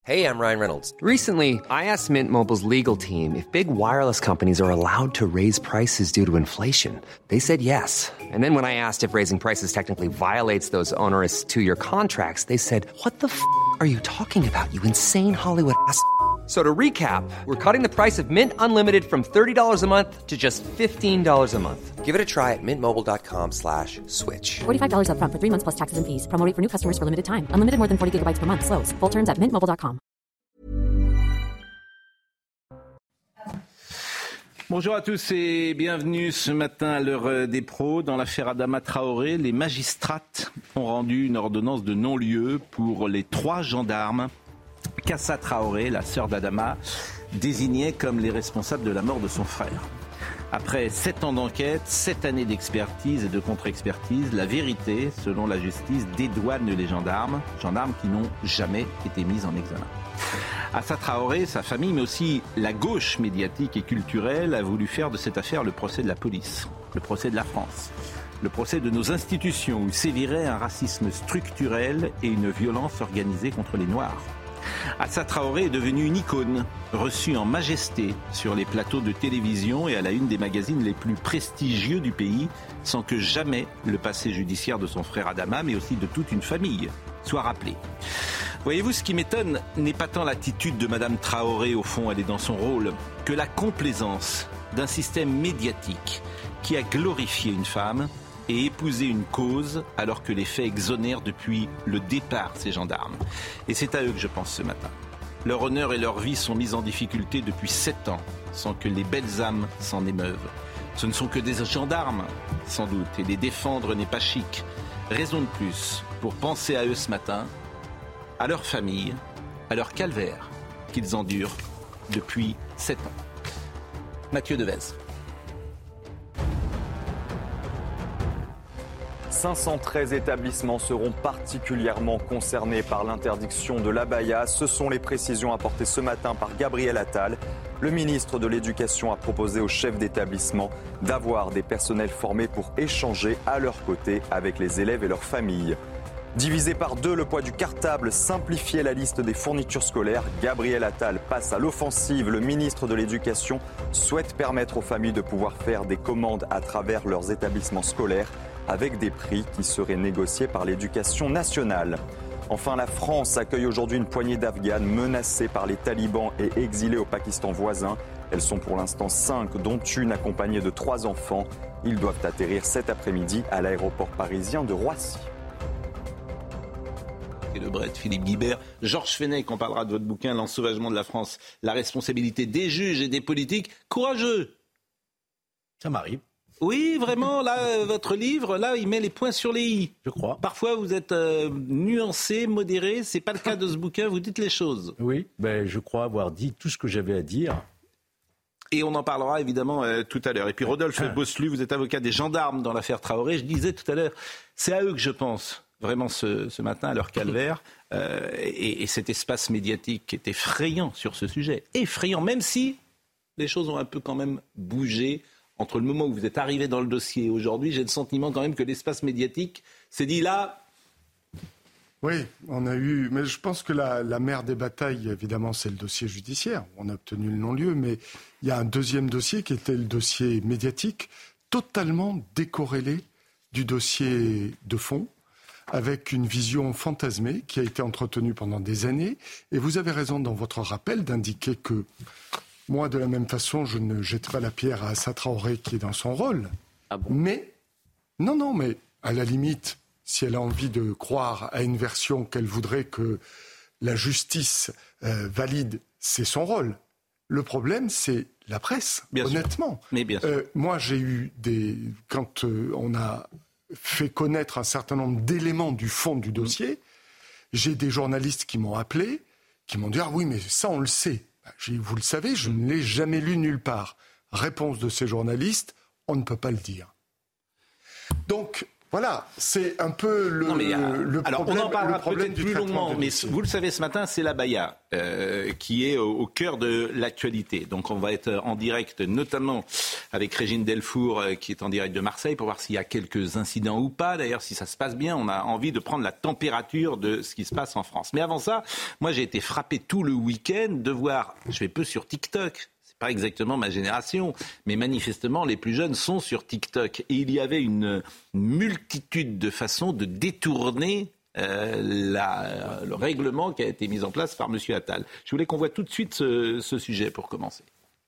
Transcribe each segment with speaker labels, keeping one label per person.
Speaker 1: Hey, I'm Ryan Reynolds.
Speaker 2: Recently, I asked Mint Mobile's legal team if big wireless companies are allowed to raise prices due to inflation. They said yes. And then when I asked if raising prices technically violates those onerous two-year contracts, they said, "What the f*** are you talking about, you insane Hollywood ass?" So to recap, we're cutting the price of Mint Unlimited from $30 a month to just $15 a month.
Speaker 1: Give it a try at mintmobile.com/switch.
Speaker 3: $45 up front for 3 months plus taxes and fees. Promo rate for new customers for limited time. Unlimited more than 40 gigabytes per month. Slows full terms at mintmobile.com.
Speaker 4: Bonjour à tous et bienvenue ce matin à l'heure des pros. Dans l'affaire Adama Traoré, les magistrates ont rendu une ordonnance de non-lieu pour les 3 gendarmes qu'Assa Traoré, la sœur d'Adama, désignait comme les responsables de la mort de son frère. Après 7 ans d'enquête, 7 années d'expertise et de contre-expertise, la vérité, selon la justice, dédouane les gendarmes qui n'ont jamais été mis en examen. Assa Traoré, sa famille, mais aussi la gauche médiatique et culturelle a voulu faire de cette affaire le procès de la police, le procès de la France, le procès de nos institutions où sévirait un racisme structurel et une violence organisée contre les Noirs. Assa Traoré est devenue une icône, reçue en majesté sur les plateaux de télévision et à la une des magazines les plus prestigieux du pays, sans que jamais le passé judiciaire de son frère Adama, mais aussi de toute une famille, soit rappelé. Voyez-vous, ce qui m'étonne n'est pas tant l'attitude de Madame Traoré, au fond, elle est dans son rôle, que la complaisance d'un système médiatique qui a glorifié une femme et épousé une cause alors que les faits exonèrent depuis le départ ces gendarmes. Et c'est à eux que je pense ce matin. Leur honneur et leur vie sont mis en difficulté depuis 7 ans sans que les belles âmes s'en émeuvent. Ce ne sont que des gendarmes, sans doute, et les défendre n'est pas chic. Raison de plus pour penser à eux ce matin, à leur famille, à leur calvaire qu'ils endurent depuis 7 ans. Mathieu Devez.
Speaker 5: 513 établissements seront particulièrement concernés par l'interdiction de l'abaya. Ce sont les précisions apportées ce matin par Gabriel Attal. Le ministre de l'Éducation a proposé aux chefs d'établissement d'avoir des personnels formés pour échanger à leur côté avec les élèves et leurs familles. Diviser par 2 le poids du cartable, simplifier la liste des fournitures scolaires, Gabriel Attal passe à l'offensive. Le ministre de l'Éducation souhaite permettre aux familles de pouvoir faire des commandes à travers leurs établissements scolaires avec des prix qui seraient négociés par l'Éducation nationale. Enfin, la France accueille aujourd'hui une poignée d'Afghanes menacées par les talibans et exilées au Pakistan voisin. Elles sont pour l'instant 5, dont une accompagnée de 3 enfants. Ils doivent atterrir cet après-midi à l'aéroport parisien de Roissy.
Speaker 4: Et Le Bret, Philippe Guibert, Georges Fenech, on parlera de votre bouquin L'ensauvagement de la France, la responsabilité des juges et des politiques. Courageux.
Speaker 6: Ça m'arrive.
Speaker 4: Oui, vraiment, là, votre livre, là, il met les points sur les i.
Speaker 6: Je crois.
Speaker 4: Parfois, vous êtes nuancé, modéré. C'est pas le cas de ce bouquin. Vous dites les choses.
Speaker 6: Oui, je crois avoir dit tout ce que j'avais à dire.
Speaker 4: Et on en parlera évidemment tout à l'heure. Et puis Rodolphe Bosselut, vous êtes avocat des gendarmes dans l'affaire Traoré. Je disais tout à l'heure, c'est à eux que je pense, vraiment ce matin, à leur calvaire. Et cet espace médiatique est effrayant sur ce sujet. Effrayant, même si les choses ont un peu quand même bougé. Entre le moment où vous êtes arrivé dans le dossier et aujourd'hui, j'ai le sentiment quand même que l'espace médiatique s'est dit là...
Speaker 7: Oui, on a eu... Mais je pense que la mère des batailles, évidemment, c'est le dossier judiciaire. On a obtenu le non-lieu, mais il y a un deuxième dossier qui était le dossier médiatique, totalement décorrélé du dossier de fond, avec une vision fantasmée qui a été entretenue pendant des années. Et vous avez raison dans votre rappel d'indiquer que... Moi, de la même façon, je ne jette pas la pierre à Assa Traoré qui est dans son rôle.
Speaker 2: Ah bon ?
Speaker 7: Mais, non, mais à la limite, si elle a envie de croire à une version qu'elle voudrait que la justice valide, c'est son rôle. Le problème, c'est la presse,
Speaker 4: bien
Speaker 7: honnêtement.
Speaker 4: Sûr. Mais bien sûr.
Speaker 7: Moi, j'ai eu quand on a fait connaître un certain nombre d'éléments du fond du dossier, j'ai des journalistes qui m'ont appelé, qui m'ont dit « Ah oui, mais ça, on le sait ». Vous le savez, je ne l'ai jamais lu nulle part. Réponse de ces journalistes, on ne peut pas le dire. Donc, Voilà, c'est un peu le
Speaker 4: alors,
Speaker 7: problème.
Speaker 4: on en parlera
Speaker 7: peut-être
Speaker 4: plus longuement, mais vous le savez, ce matin, c'est l'abaya qui est au cœur de l'actualité. Donc on va être en direct, notamment avec Régine Delfour, qui est en direct de Marseille, pour voir s'il y a quelques incidents ou pas. D'ailleurs, si ça se passe bien, on a envie de prendre la température de ce qui se passe en France. Mais avant ça, moi j'ai été frappé tout le week-end de voir, je vais peu sur TikTok, pas exactement ma génération, mais manifestement les plus jeunes sont sur TikTok. Et il y avait une multitude de façons de détourner le règlement qui a été mis en place par M. Attal. Je voulais qu'on voit tout de suite ce sujet pour commencer.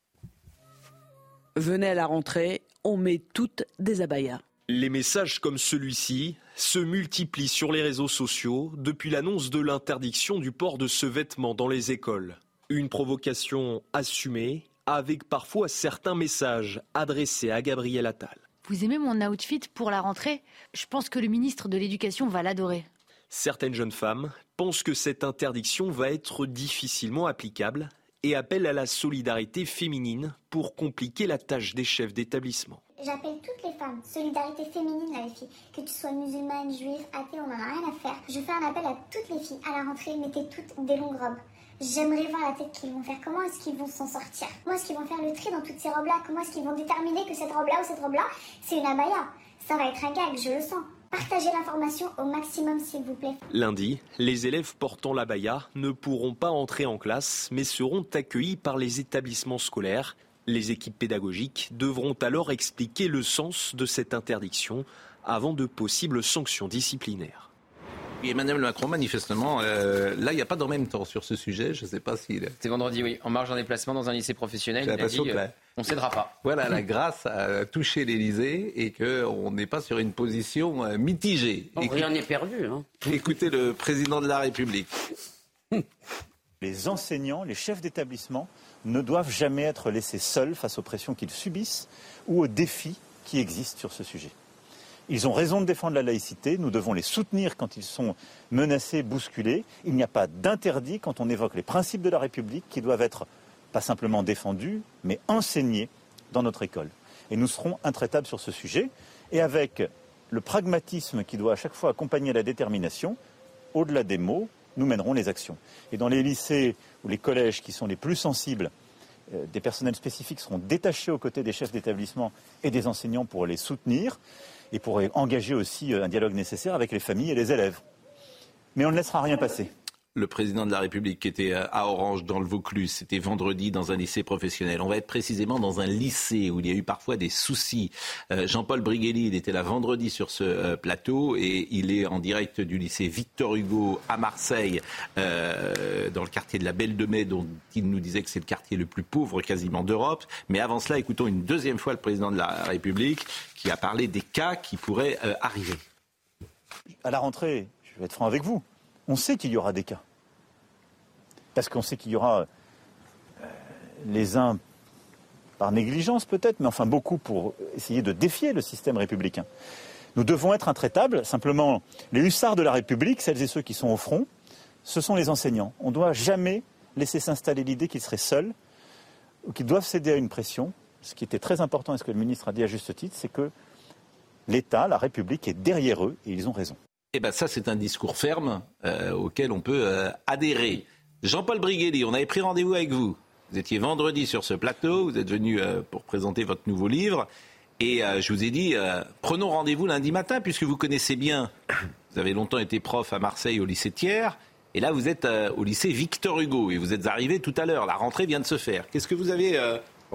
Speaker 8: Venez à la rentrée, on met toutes des abayas.
Speaker 9: Les messages comme celui-ci se multiplient sur les réseaux sociaux depuis l'annonce de l'interdiction du port de ce vêtement dans les écoles. Une provocation assumée, avec parfois certains messages adressés à Gabriel Attal.
Speaker 10: Vous aimez mon outfit pour la rentrée ? Je pense que le ministre de l'Éducation va l'adorer.
Speaker 9: Certaines jeunes femmes pensent que cette interdiction va être difficilement applicable et appellent à la solidarité féminine pour compliquer la tâche des chefs d'établissement.
Speaker 11: J'appelle toutes les femmes, solidarité féminine là les filles, que tu sois musulmane, juive, athée, on n'en a rien à faire. Je fais un appel à toutes les filles, à la rentrée, mettez toutes des longues robes. J'aimerais voir la tête qu'ils vont faire. Comment est-ce qu'ils vont s'en sortir? Comment est-ce qu'ils vont faire le tri dans toutes ces robes-là? Comment est-ce qu'ils vont déterminer que cette robe-là ou cette robe-là, c'est une abaya? Ça va être un gag, je le sens. Partagez l'information au maximum, s'il vous plaît.
Speaker 9: Lundi, les élèves portant l'abaya ne pourront pas entrer en classe, mais seront accueillis par les établissements scolaires. Les équipes pédagogiques devront alors expliquer le sens de cette interdiction avant de possibles sanctions disciplinaires.
Speaker 4: Et Emmanuel Macron, manifestement, là, il n'y a pas d'en même temps sur ce sujet. Je ne sais pas s'il...
Speaker 12: C'est vendredi, oui. En marge d'un déplacement dans un lycée professionnel, il a dit on ne cédera pas.
Speaker 4: Voilà, la grâce a touché l'Élysée et qu'on n'est pas sur une position mitigée.
Speaker 8: Rien n'est perdu.
Speaker 4: Écoutez le président de la République.
Speaker 13: Les enseignants, les chefs d'établissement ne doivent jamais être laissés seuls face aux pressions qu'ils subissent ou aux défis qui existent sur ce sujet. Ils ont raison de défendre la laïcité, nous devons les soutenir quand ils sont menacés, bousculés. Il n'y a pas d'interdit quand on évoque les principes de la République qui doivent être pas simplement défendus, mais enseignés dans notre école. Et nous serons intraitables sur ce sujet, et avec le pragmatisme qui doit à chaque fois accompagner la détermination, au-delà des mots, nous mènerons les actions. Et dans les lycées ou les collèges qui sont les plus sensibles, des personnels spécifiques seront détachés aux côtés des chefs d'établissement et des enseignants pour les soutenir et pour engager aussi un dialogue nécessaire avec les familles et les élèves. Mais on ne laissera rien passer.
Speaker 4: Le président de la République qui était à Orange dans le Vaucluse, c'était vendredi dans un lycée professionnel. On va être précisément dans un lycée où il y a eu parfois des soucis. Jean-Paul Brigelli, il était là vendredi sur ce plateau et il est en direct du lycée Victor Hugo à Marseille, dans le quartier de la Belle de Mai, dont il nous disait que c'est le quartier le plus pauvre quasiment d'Europe. Mais avant cela, écoutons une deuxième fois le président de la République qui a parlé des cas qui pourraient arriver.
Speaker 13: À la rentrée, je vais être franc avec vous, on sait qu'il y aura des cas. Parce qu'on sait qu'il y aura les uns par négligence peut-être, mais enfin beaucoup pour essayer de défier le système républicain. Nous devons être intraitables. Simplement, les hussards de la République, celles et ceux qui sont au front, ce sont les enseignants. On ne doit jamais laisser s'installer l'idée qu'ils seraient seuls ou qu'ils doivent céder à une pression. Ce qui était très important, et ce que le ministre a dit à juste titre, c'est que l'État, la République est derrière eux et ils ont raison.
Speaker 4: Eh bien ça, c'est un discours ferme auquel on peut adhérer. Jean-Paul Brigelli, on avait pris rendez-vous avec vous. Vous étiez vendredi sur ce plateau, vous êtes venu pour présenter votre nouveau livre. Et je vous ai dit, prenons rendez-vous lundi matin, puisque vous connaissez bien. Vous avez longtemps été prof à Marseille au lycée Thiers. Et là, vous êtes au lycée Victor Hugo. Et vous êtes arrivé tout à l'heure. La rentrée vient de se faire. Qu'est-ce que vous avez remarqué ?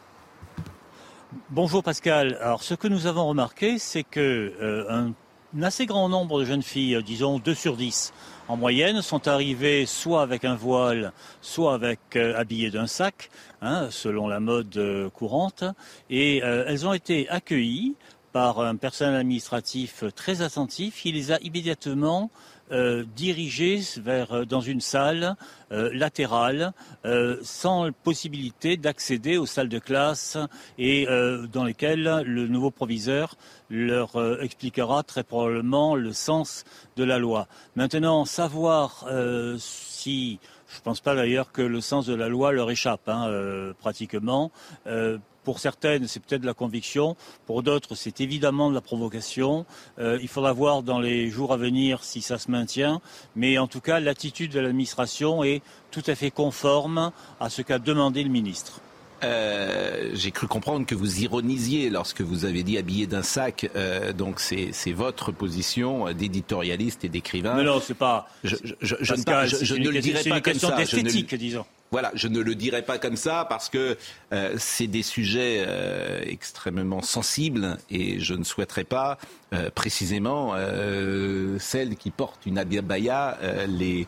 Speaker 14: Bonjour Pascal. Alors, ce que nous avons remarqué, c'est que un assez grand nombre de jeunes filles, disons 2 sur 10 en moyenne, sont arrivées soit avec un voile, soit habillées d'un sac, selon la mode courante. Et elles ont été accueillies par un personnel administratif très attentif qui les a immédiatement dirigées dans une salle latérale sans possibilité d'accéder aux salles de classe et dans lesquelles le nouveau proviseur leur expliquera très probablement le sens de la loi. Maintenant, savoir si je ne pense pas d'ailleurs que le sens de la loi leur échappe, pratiquement. Pour certaines, c'est peut-être de la conviction. Pour d'autres, c'est évidemment de la provocation. Il faudra voir dans les jours à venir si ça se maintient. Mais en tout cas, l'attitude de l'administration est tout à fait conforme à ce qu'a demandé le ministre.
Speaker 4: J'ai cru comprendre que vous ironisiez lorsque vous avez dit habillé d'un sac. Donc c'est votre position d'éditorialiste et d'écrivain.
Speaker 14: Mais non, c'est pas.
Speaker 4: Je ne le dirai pas comme ça.
Speaker 14: C'est une question d'esthétique, disons.
Speaker 4: Voilà, je ne le dirai pas comme ça parce que c'est des sujets extrêmement sensibles et je ne souhaiterais pas précisément celles qui portent une abaya les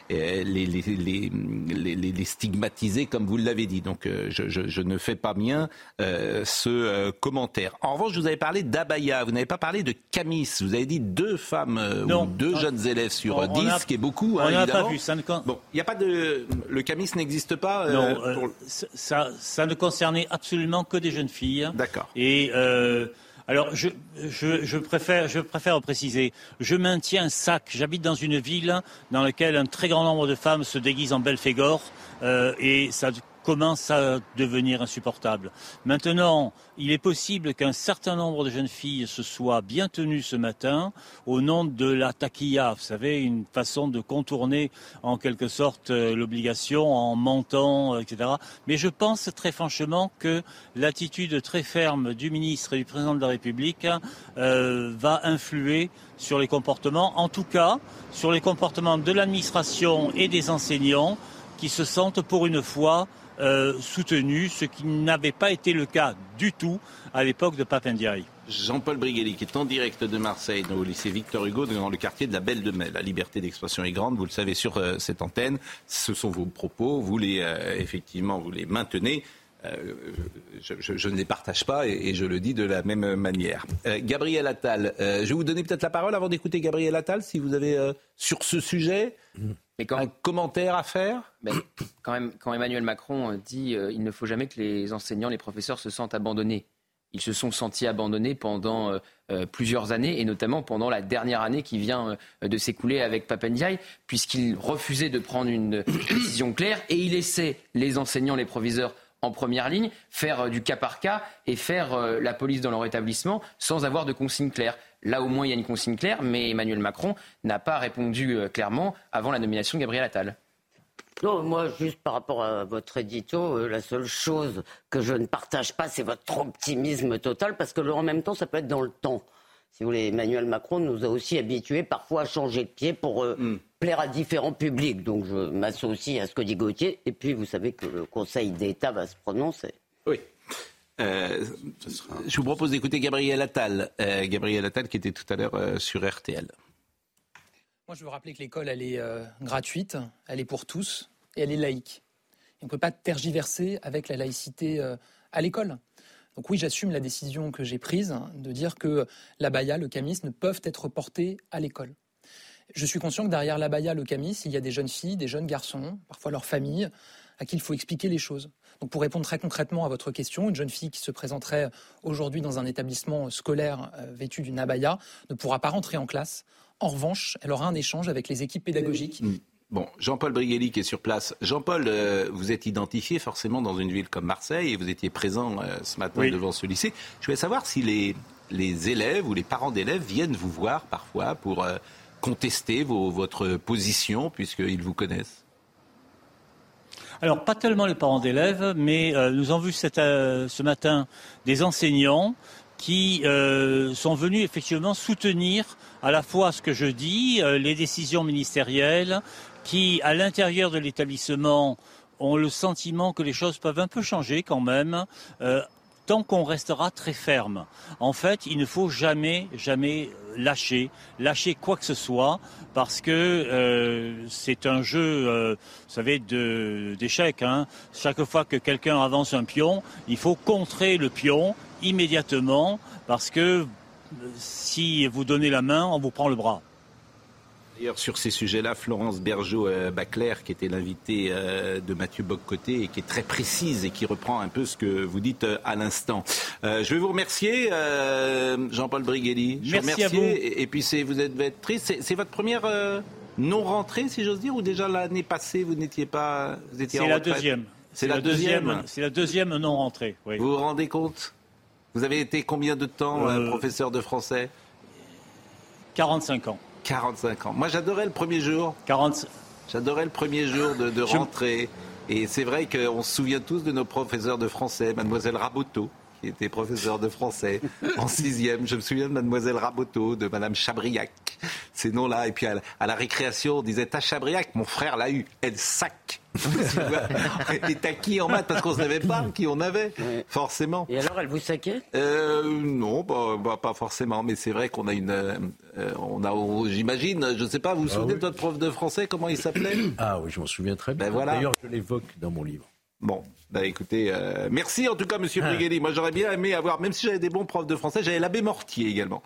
Speaker 4: stigmatiser comme vous l'avez dit. Donc je ne fais pas mien ce commentaire. En revanche, je vous avais parlé d'abaya, vous n'avez pas parlé de camis. Vous avez dit 2 femmes ou 2 jeunes élèves sur 10, ce qui est beaucoup.
Speaker 14: On n'a pas vu.
Speaker 4: Bon, il n'y a pas de... Le camis n'existe pas
Speaker 14: Non, ça ne concernait absolument que des jeunes filles.
Speaker 4: D'accord.
Speaker 14: Et alors, je préfère préciser, je maintiens un sac. J'habite dans une ville dans laquelle un très grand nombre de femmes se déguisent en Belphégor et ça commence à devenir insupportable. Maintenant, il est possible qu'un certain nombre de jeunes filles se soient bien tenues ce matin au nom de la taquilla, vous savez, une façon de contourner en quelque sorte l'obligation en mentant, etc. Mais je pense très franchement que l'attitude très ferme du ministre et du président de la République va influer sur les comportements, en tout cas sur les comportements de l'administration et des enseignants qui se sentent pour une fois soutenu, ce qui n'avait pas été le cas du tout à l'époque de Pape Ndiaye.
Speaker 4: Jean-Paul Brigelli, qui est en direct de Marseille, au lycée Victor Hugo, dans le quartier de la Belle de Mai. La liberté d'expression est grande, vous le savez sur cette antenne. Ce sont vos propos, vous les maintenez. Je ne les partage pas et je le dis de la même manière. Gabriel Attal, je vais vous donner peut-être la parole avant d'écouter Gabriel Attal, si vous avez sur ce sujet un commentaire à faire.
Speaker 12: Quand Emmanuel Macron dit il ne faut jamais que les enseignants, les professeurs se sentent abandonnés. Ils se sont sentis abandonnés pendant plusieurs années et notamment pendant la dernière année qui vient de s'écouler avec Pape Ndiaye, puisqu'il refusait de prendre une décision claire et il laissait les enseignants, les proviseurs en première ligne, faire du cas par cas et faire la police dans leur établissement sans avoir de consigne claire. Là, au moins, il y a une consigne claire, mais Emmanuel Macron n'a pas répondu clairement avant la nomination de Gabriel Attal.
Speaker 15: Non, moi, juste par rapport à votre édito, la seule chose que je ne partage pas, c'est votre optimisme total, parce que en même temps, ça peut être dans le temps. Si vous voulez, Emmanuel Macron nous a aussi habitués parfois à changer de pied pour plaire à différents publics. Donc je m'associe à ce que dit Gauthier. Et puis, vous savez que le Conseil d'État va se prononcer.
Speaker 4: Oui. Je vous propose d'écouter Gabriel Attal. Gabriel Attal qui était tout à l'heure sur RTL.
Speaker 16: Moi, je veux rappeler que l'école, elle est gratuite, elle est pour tous et elle est laïque. Et on ne peut pas tergiverser avec la laïcité à l'école. Donc oui, j'assume la décision que j'ai prise de dire que l'abaya, le camis ne peuvent être portés à l'école. Je suis conscient que derrière l'abaya, le camis, il y a des jeunes filles, des jeunes garçons, parfois leurs familles, à qui il faut expliquer les choses. Donc pour répondre très concrètement à votre question, une jeune fille qui se présenterait aujourd'hui dans un établissement scolaire vêtue d'une abaya ne pourra pas rentrer en classe. En revanche, elle aura un échange avec les équipes pédagogiques.
Speaker 4: Bon, Jean-Paul Brigelli qui est sur place. Jean-Paul, vous êtes identifié forcément dans une ville comme Marseille et vous étiez présent ce matin devant ce lycée. Je voulais savoir si les élèves ou les parents d'élèves viennent vous voir parfois pour contester votre position puisqu'ils vous connaissent.
Speaker 14: Alors, pas tellement les parents d'élèves, mais nous avons vu ce matin des enseignants qui sont venus effectivement soutenir à la fois ce que je dis, les décisions ministérielles, qui, à l'intérieur de l'établissement, ont le sentiment que les choses peuvent un peu changer quand même, tant qu'on restera très ferme. En fait, il ne faut jamais lâcher quoi que ce soit, parce que c'est un jeu, vous savez, d'échecs. Chaque fois que quelqu'un avance un pion, il faut contrer le pion immédiatement, parce que si vous donnez la main, on vous prend le bras.
Speaker 4: D'ailleurs, sur ces sujets-là, Florence Bergeau-Bacler, qui était l'invitée de Mathieu Bock-Côté et qui est très précise et qui reprend un peu ce que vous dites à l'instant. Je vais vous remercier, Jean-Paul Brigelli.
Speaker 14: Merci à vous.
Speaker 4: Et puis, vous êtes triste. C'est votre première non rentrée, si j'ose dire, ou déjà l'année passée, vous n'étiez pas... Vous étiez
Speaker 14: C'est
Speaker 4: en
Speaker 14: la
Speaker 4: retraite?
Speaker 14: deuxième.
Speaker 4: C'est la deuxième.
Speaker 14: C'est la deuxième non rentrée. Oui.
Speaker 4: Vous vous rendez compte? Vous avez été combien de temps professeur de français?
Speaker 14: 45 ans.
Speaker 4: 45 ans. Moi, j'adorais le premier jour.
Speaker 14: 40...
Speaker 4: J'adorais le premier jour de rentrée. Et c'est vrai qu'on se souvient tous de nos professeurs de français, mademoiselle Raboteau, qui était professeure de français en 6e. Je me souviens de mademoiselle Raboteau, de madame Chabriac, ces noms-là. Et puis à la récréation, on disait « T'as Chabriac ?» Mon frère l'a eu. Elle sac. Et t'as qui en maths? Parce qu'on ne savait pas qui on avait, forcément.
Speaker 15: Et alors, elle vous saquait?
Speaker 4: Non, pas forcément. Mais c'est vrai qu'on a j'imagine, je ne sais pas, vous vous souvenez de votre prof de français, comment il s'appelait?
Speaker 6: Ah oui, je m'en souviens très bien.
Speaker 4: Voilà.
Speaker 6: D'ailleurs, je l'évoque dans mon livre.
Speaker 4: Bon, écoutez, merci en tout cas, monsieur Brigelli. Moi, j'aurais bien aimé avoir, même si j'avais des bons profs de français, j'avais l'abbé Mortier également.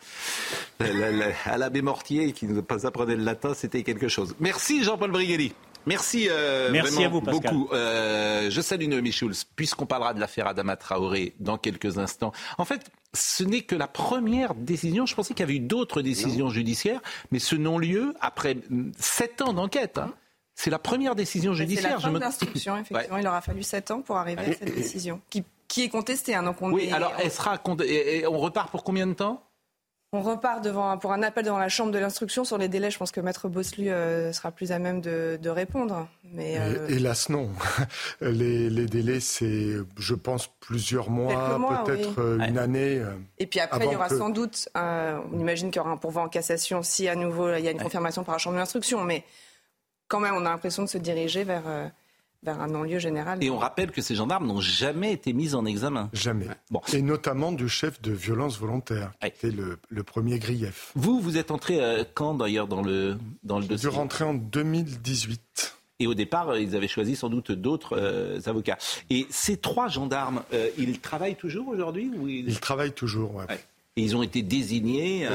Speaker 4: À l'abbé Mortier, qui nous apprenait le latin, c'était quelque chose. Merci, Jean-Paul Brigelli. Merci vraiment
Speaker 14: à vous, Pascal.
Speaker 4: beaucoup. Je salue Noémie Schulz, puisqu'on parlera de l'affaire Adama Traoré dans quelques instants. En fait, ce n'est que la première décision. Je pensais qu'il y avait eu d'autres décisions judiciaires, mais ce non-lieu, après 7 ans d'enquête, c'est la première décision judiciaire.
Speaker 17: C'est la fin de l'instruction, effectivement. Ouais. Il aura fallu 7 ans pour arriver à cette décision, qui est contestée. Donc
Speaker 4: elle sera contestée. Et on repart pour combien de temps?
Speaker 17: On repart pour un appel devant la chambre de l'instruction. Sur les délais, je pense que Maître Bosselu sera plus à même de répondre. Mais
Speaker 7: hélas, non. Les délais, c'est, je pense, plusieurs mois, peut-être une année.
Speaker 17: Et puis après, il y aura sans doute, on imagine qu'il y aura un pourvoi en cassation si à nouveau il y a une confirmation par la chambre de l'instruction. Mais quand même, on a l'impression de se diriger vers un non-lieu général.
Speaker 4: Et on rappelle que ces gendarmes n'ont jamais été mis en examen.
Speaker 7: Jamais. Bon. Et notamment du chef de violence volontaire, qui était le premier grief.
Speaker 4: Vous êtes entré quand d'ailleurs dans le dossier?
Speaker 7: Je rentrais en 2018.
Speaker 4: Et au départ, ils avaient choisi sans doute d'autres avocats. Et ces 3 gendarmes, ils travaillent toujours aujourd'hui
Speaker 7: Ils travaillent toujours, oui.
Speaker 4: Et ils ont été désignés.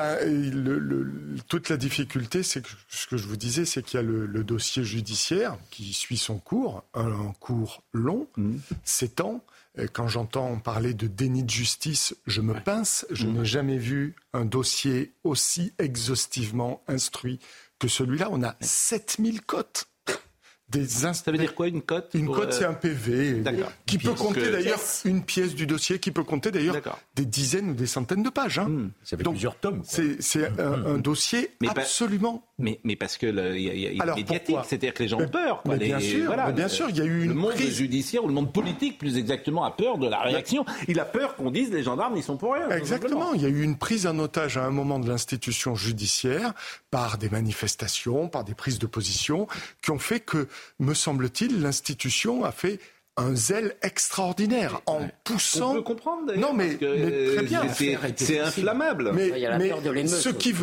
Speaker 7: Toute la difficulté, c'est que ce que je vous disais, c'est qu'il y a le dossier judiciaire qui suit son cours, un cours long, 7 ans. Quand j'entends parler de déni de justice, je me pince. Je n'ai jamais vu un dossier aussi exhaustivement instruit que celui-là. On a 7000 cotes.
Speaker 4: Ça veut dire quoi, une cote?
Speaker 7: Une cote, c'est un PV qui peut compter d'ailleurs une pièce du dossier, qui peut compter d'ailleurs des dizaines ou des centaines de pages.
Speaker 6: Ça fait plusieurs tomes.
Speaker 7: C'est un dossier absolument...
Speaker 4: Mais parce que il y a médiatique, c'est-à-dire que les gens ont peur.
Speaker 7: Mais bien sûr, il y a eu
Speaker 4: le monde judiciaire ou le monde politique, plus exactement, a peur de la réaction. Il a peur qu'on dise les gendarmes, ils sont pour rien.
Speaker 7: Exactement. Il y a eu une prise en otage à un moment de l'institution judiciaire par des manifestations, par des prises de position, qui ont fait que, me semble-t-il, l'institution a fait un zèle extraordinaire en poussant...
Speaker 4: On peut comprendre d'ailleurs.
Speaker 7: Non, mais très bien.
Speaker 4: C'est inflammable.
Speaker 7: Mais ce qui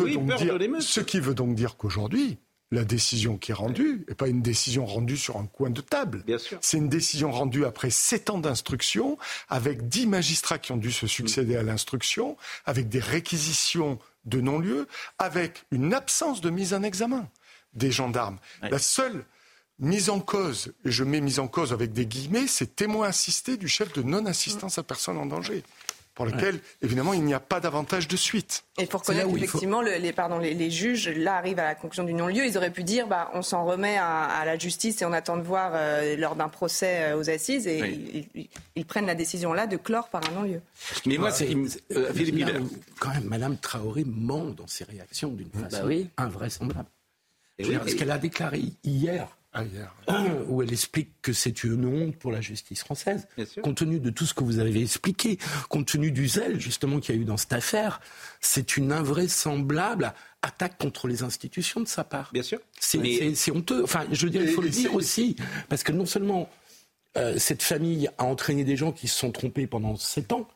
Speaker 7: veut donc dire qu'aujourd'hui, la décision qui est rendue n'est pas une décision rendue sur un coin de table.
Speaker 4: Bien sûr.
Speaker 7: C'est une décision rendue après 7 ans d'instruction, avec 10 magistrats qui ont dû se succéder à l'instruction, avec des réquisitions de non-lieu, avec une absence de mise en examen des gendarmes. La seule mise en cause, et je mets mise en cause avec des guillemets, c'est témoin assisté du chef de non-assistance à personne en danger, pour lequel, évidemment, il n'y a pas d'avantage de suite.
Speaker 17: Et pour connaître qu'effectivement, les juges, là, arrivent à la conclusion du non-lieu, ils auraient pu dire, on s'en remet à la justice et on attend de voir lors d'un procès aux assises, et ils prennent la décision là de clore par un non-lieu.
Speaker 4: Mais moi, c'est Philippe Guibert.
Speaker 18: Quand même, Madame Traoré ment dans ses réactions d'une façon invraisemblable. Ce qu'elle a déclaré hier, où elle explique que c'est une honte pour la justice française, compte tenu de tout ce que vous avez expliqué, compte tenu du zèle justement qu'il y a eu dans cette affaire, c'est une invraisemblable attaque contre les institutions de sa part.
Speaker 4: Bien sûr.
Speaker 18: C'est honteux. Enfin, je veux dire, il faut le dire aussi, parce que non seulement cette famille a entraîné des gens qui se sont trompés pendant 7 ans,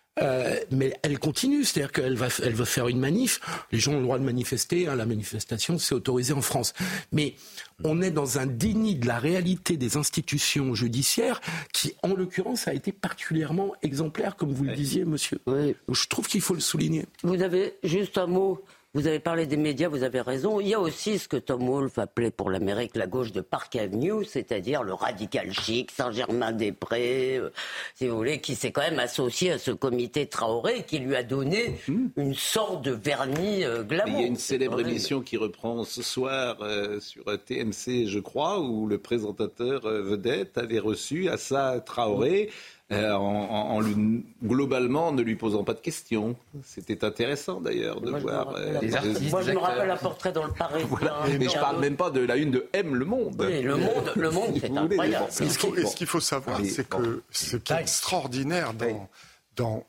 Speaker 18: mais elle continue, c'est-à-dire qu'elle va faire une manif. Les gens ont le droit de manifester, la manifestation c'est autorisé en France. Mais on est dans un déni de la réalité des institutions judiciaires qui, en l'occurrence, a été particulièrement exemplaire, comme vous le disiez, monsieur.
Speaker 15: Oui.
Speaker 18: Je trouve qu'il faut le souligner.
Speaker 15: Vous avez juste un mot Vous avez parlé des médias, vous avez raison. Il y a aussi ce que Tom Wolfe appelait pour l'Amérique la gauche de Park Avenue, c'est-à-dire le radical chic, Saint-Germain-des-Prés, si vous voulez, qui s'est quand même associé à ce comité Traoré, qui lui a donné une sorte de vernis glamour.
Speaker 4: Il y a une célèbre émission qui reprend ce soir sur TMC, je crois, où le présentateur vedette avait reçu Assa Traoré. Globalement, en ne lui posant pas de questions. C'était intéressant d'ailleurs de voir
Speaker 15: les artistes. Moi, je me rappelle un portrait dans le Parisien.
Speaker 4: Voilà. Mais je parle même pas de la une de M Le Monde.
Speaker 15: Oui, Le Monde, c'est incroyable.
Speaker 7: Et ce qu'il faut savoir, c'est que ce qui est extraordinaire dans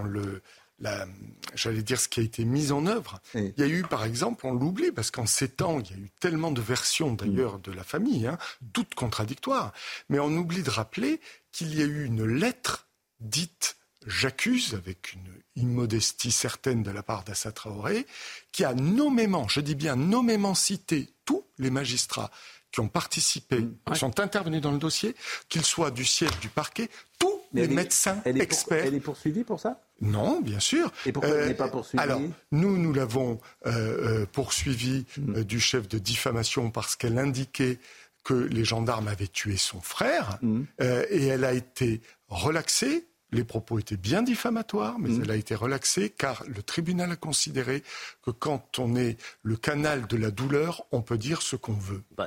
Speaker 7: j'allais dire ce qui a été mis en œuvre. Il y a eu, par exemple, on l'oublie, parce qu'en 7 ans, il y a eu tellement de versions d'ailleurs de la famille, toutes contradictoires. Mais on oublie de rappeler qu'il y a eu une lettre dite « j'accuse », avec une immodestie certaine de la part d'Assa Traoré, qui a nommément, je dis bien nommément cité tous les magistrats qui ont participé, qui sont intervenus dans le dossier, qu'ils soient du siège du parquet, tous les médecins experts.
Speaker 4: Elle est poursuivie pour ça ?
Speaker 7: Non, bien sûr.
Speaker 4: Et pourquoi elle n'est pas poursuivie ?
Speaker 7: Alors, nous l'avons poursuivie du chef de diffamation parce qu'elle indiquait que les gendarmes avaient tué son frère et elle a été relaxée. Les propos étaient bien diffamatoires, mais elle a été relaxée car le tribunal a considéré que quand on est le canal de la douleur, on peut dire ce qu'on veut.
Speaker 12: On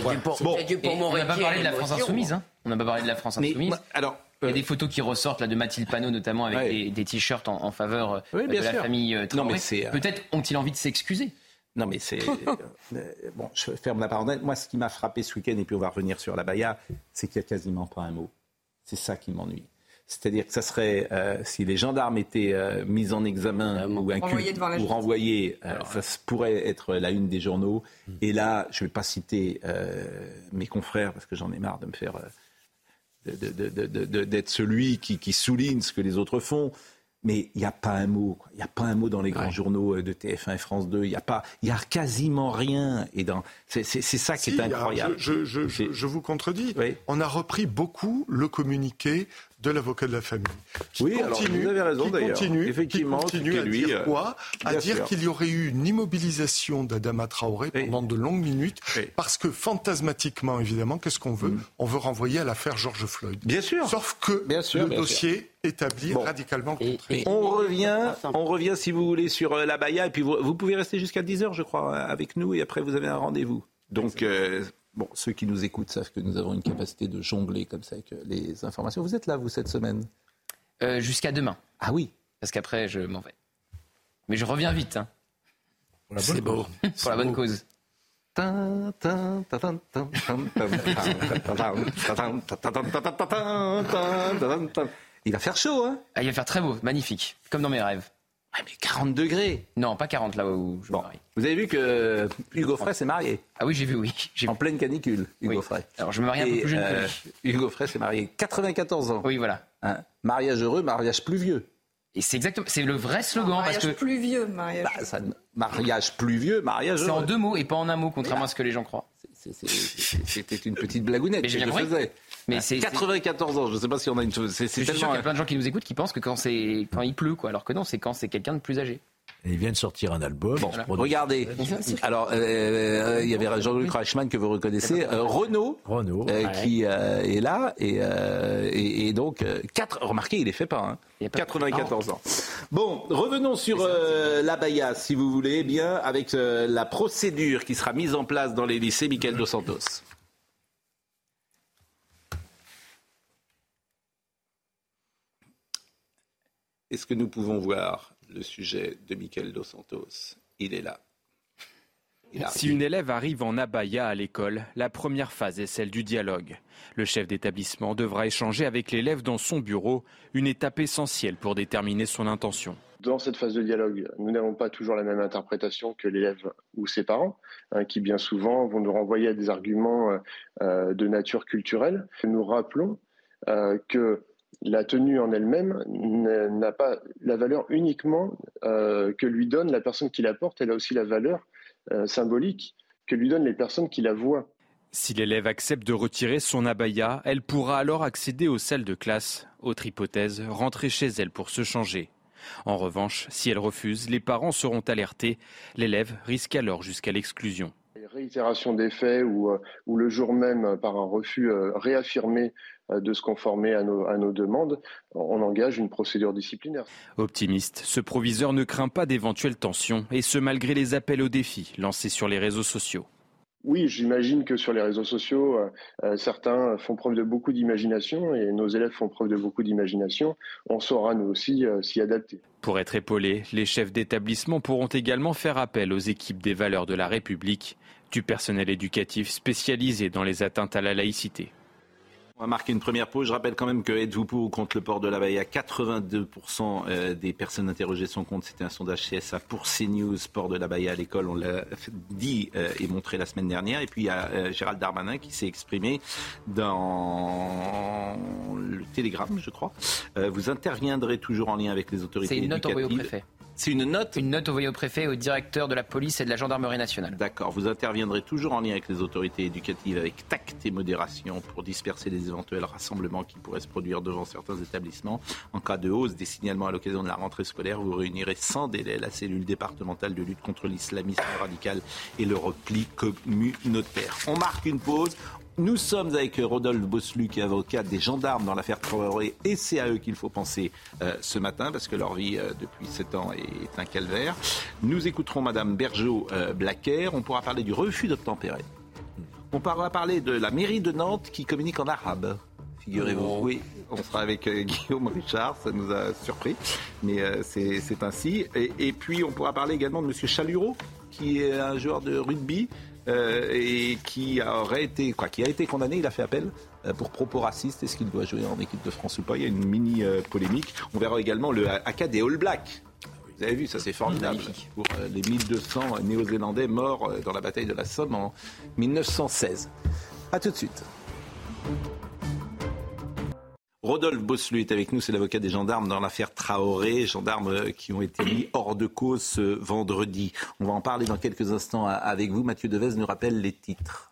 Speaker 12: n'a pas parlé de la France Insoumise. On n'a pas parlé de la France Insoumise. Il y a des photos qui ressortent là, de Mathilde Panot, notamment avec des t-shirts en faveur de la famille Traoré. Peut-être ont-ils envie de s'excuser.
Speaker 4: Non, mais c'est... bon, je ferme la parenthèse. Moi, ce qui m'a frappé ce week-end, et puis on va revenir sur l'abaya, c'est qu'il n'y a quasiment pas un mot. C'est ça qui m'ennuie. C'est-à-dire que ça serait, si les gendarmes étaient mis en examen ou renvoyés, ça pourrait être la une des journaux. Et là, je ne vais pas citer mes confrères, parce que j'en ai marre de me faire... d'être celui qui souligne ce que les autres font. Mais il n'y a pas un mot. Il n'y a pas un mot dans les grands journaux de TF1 et France 2. Il y a quasiment rien. Et c'est ça qui est incroyable.
Speaker 7: Je vous contredis. Oui. On a repris beaucoup le communiqué de l'avocat de la famille. Vous avez raison d'ailleurs. Effectivement, qui continue à dire quoi ? À dire qu'il y aurait eu une immobilisation d'Adama Traoré pendant de longues minutes, parce que fantasmatiquement, évidemment, qu'est-ce qu'on veut ? On veut renvoyer à l'affaire George Floyd.
Speaker 4: Bien sûr.
Speaker 7: Sauf que le dossier établit radicalement le contraire.
Speaker 4: On revient, si vous voulez, sur l'abaya, et puis vous pouvez rester jusqu'à 10h, je crois, avec nous, et après vous avez un rendez-vous. Donc... ceux qui nous écoutent savent que nous avons une capacité de jongler comme ça avec les informations. Vous êtes là, vous, cette semaine ?
Speaker 12: Jusqu'à demain.
Speaker 4: Ah oui ?
Speaker 12: Parce qu'après, je m'en vais. Mais je reviens vite.
Speaker 18: C'est beau.
Speaker 12: Pour la bonne cause.
Speaker 4: Il va faire chaud, hein ?
Speaker 12: Il va faire très beau, magnifique, comme dans mes rêves.
Speaker 4: Ah, mais 40 degrés.
Speaker 12: Non, pas 40 là où je me marie.
Speaker 4: Vous avez vu que Hugo Frey s'est marié.
Speaker 12: Ah oui, j'ai vu.
Speaker 4: En pleine canicule, Hugo Frey.
Speaker 12: Alors je me marie un peu plus jeune que lui.
Speaker 4: Hugo Frey s'est marié 94 ans.
Speaker 12: Oui, voilà.
Speaker 4: Mariage heureux, mariage pluvieux.
Speaker 12: Et c'est exactement, c'est le vrai slogan.
Speaker 17: Mariage pluvieux, mariage.
Speaker 4: Mariage pluvieux, mariage heureux.
Speaker 12: C'est en 2 mots et pas en un mot, contrairement à ce que les gens croient.
Speaker 4: C'était une petite blagounette que je faisais.
Speaker 12: Mais c'est
Speaker 4: 94 ans, je ne sais pas si on a une chose.
Speaker 12: Je suis sûr qu'il y a plein de gens qui nous écoutent qui pensent que quand il pleut, quoi. Alors que non, c'est quand c'est quelqu'un de plus âgé.
Speaker 6: Et ils viennent sortir un album.
Speaker 4: Bon, regardez. Alors, il y avait Jean-Luc Reichmann que vous reconnaissez, Renaud. Qui est là et donc remarquez, il est fait pas. 94 ans. Bon, revenons sur l'abaya, si vous voulez bien, avec la procédure qui sera mise en place dans les lycées Michael Dos Santos. Est-ce que nous pouvons voir le sujet de Michael Dos Santos? Il est là.
Speaker 19: Si une élève arrive en abaya à l'école, la première phase est celle du dialogue. Le chef d'établissement devra échanger avec l'élève dans son bureau, une étape essentielle pour déterminer son intention.
Speaker 20: Dans cette phase de dialogue, nous n'avons pas toujours la même interprétation que l'élève ou ses parents, qui bien souvent vont nous renvoyer à des arguments de nature culturelle. Nous rappelons que la tenue en elle-même n'a pas la valeur uniquement que lui donne la personne qui la porte, elle a aussi la valeur symbolique que lui donnent les personnes qui la voient.
Speaker 19: Si l'élève accepte de retirer son abaya, elle pourra alors accéder aux salles de classe. Autre hypothèse, rentrer chez elle pour se changer. En revanche, si elle refuse, les parents seront alertés. L'élève risque alors jusqu'à l'exclusion.
Speaker 20: Réitération des faits ou le jour même, par un refus réaffirmé de se conformer à nos demandes, on engage une procédure disciplinaire.
Speaker 19: Optimiste, ce proviseur ne craint pas d'éventuelles tensions, et ce malgré les appels au défi lancés sur les réseaux sociaux.
Speaker 20: Oui, j'imagine que sur les réseaux sociaux, certains font preuve de beaucoup d'imagination et nos élèves font preuve de beaucoup d'imagination. On saura, nous aussi, s'y adapter.
Speaker 19: Pour être épaulés, les chefs d'établissement pourront également faire appel aux équipes des valeurs de la République, du personnel éducatif spécialisé dans les atteintes à la laïcité.
Speaker 4: On va marquer une première pause. Je rappelle quand même que êtes-vous pour ou contre le port de l'abaya ? 82% des personnes interrogées sont contre. C'était un sondage CSA pour CNews. Port de l'abaya à l'école, on l'a dit et montré la semaine dernière. Et puis il y a Gérald Darmanin qui s'est exprimé dans le Télégramme, je crois. Vous interviendrez toujours en lien avec les autorités éducatives.
Speaker 12: C'est une note envoyée au préfet.
Speaker 4: C'est une note ?
Speaker 12: Une note envoyée au préfet et au directeur de la police et de la gendarmerie nationale.
Speaker 4: D'accord. Vous interviendrez toujours en lien avec les autorités éducatives avec tact et modération pour disperser les éventuels rassemblements qui pourraient se produire devant certains établissements. En cas de hausse des signalements à l'occasion de la rentrée scolaire, vous réunirez sans délai la cellule départementale de lutte contre l'islamisme radical et le repli communautaire. On marque une pause. Nous sommes avec Rodolphe Bosselu, qui est avocat des gendarmes dans l'affaire Traoré, et c'est à eux qu'il faut penser ce matin, parce que leur vie depuis 7 ans est un calvaire. Nous écouterons Madame Bergeau-Blacker. On pourra parler du refus d'obtempérer. On pourra parler de la mairie de Nantes qui communique en arabe. Figurez-vous. Oui, on sera avec Guillaume Richard, ça nous a surpris, mais c'est ainsi. Et puis on pourra parler également de Monsieur Chalureau, qui est un joueur de rugby. Et qui a été condamné, il a fait appel pour propos racistes. Est-ce qu'il doit jouer en équipe de France ou pas ? Il y a une mini polémique. On verra également le haka des All Blacks. Vous avez vu, ça c'est formidable. Pour les 1200 Néo-Zélandais morts dans la bataille de la Somme en 1916. A tout de suite. Rodolphe Bosselu est avec nous, c'est l'avocat des gendarmes dans l'affaire Traoré, gendarmes qui ont été mis hors de cause ce vendredi. On va en parler dans quelques instants avec vous. Mathieu Devez nous rappelle les titres.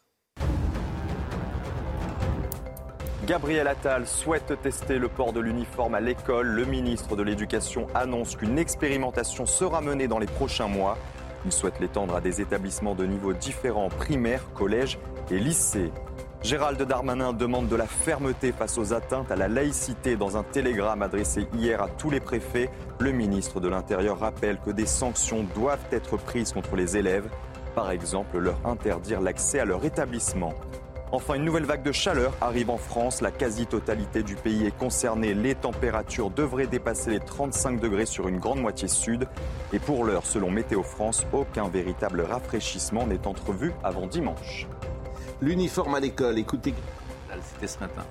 Speaker 5: Gabriel Attal souhaite tester le port de l'uniforme à l'école. Le ministre de l'Éducation annonce qu'une expérimentation sera menée dans les prochains mois. Il souhaite l'étendre à des établissements de niveaux différents, primaires, collèges et lycées. Gérald Darmanin demande de la fermeté face aux atteintes à la laïcité dans un télégramme adressé hier à tous les préfets. Le ministre de l'Intérieur rappelle que des sanctions doivent être prises contre les élèves. Par exemple, leur interdire l'accès à leur établissement. Enfin, une nouvelle vague de chaleur arrive en France. La quasi-totalité du pays est concernée. Les températures devraient dépasser les 35 degrés sur une grande moitié sud. Et pour l'heure, selon Météo France, aucun véritable rafraîchissement n'est entrevu avant dimanche.
Speaker 4: L'uniforme à l'école, écoutez, c'était ce matin.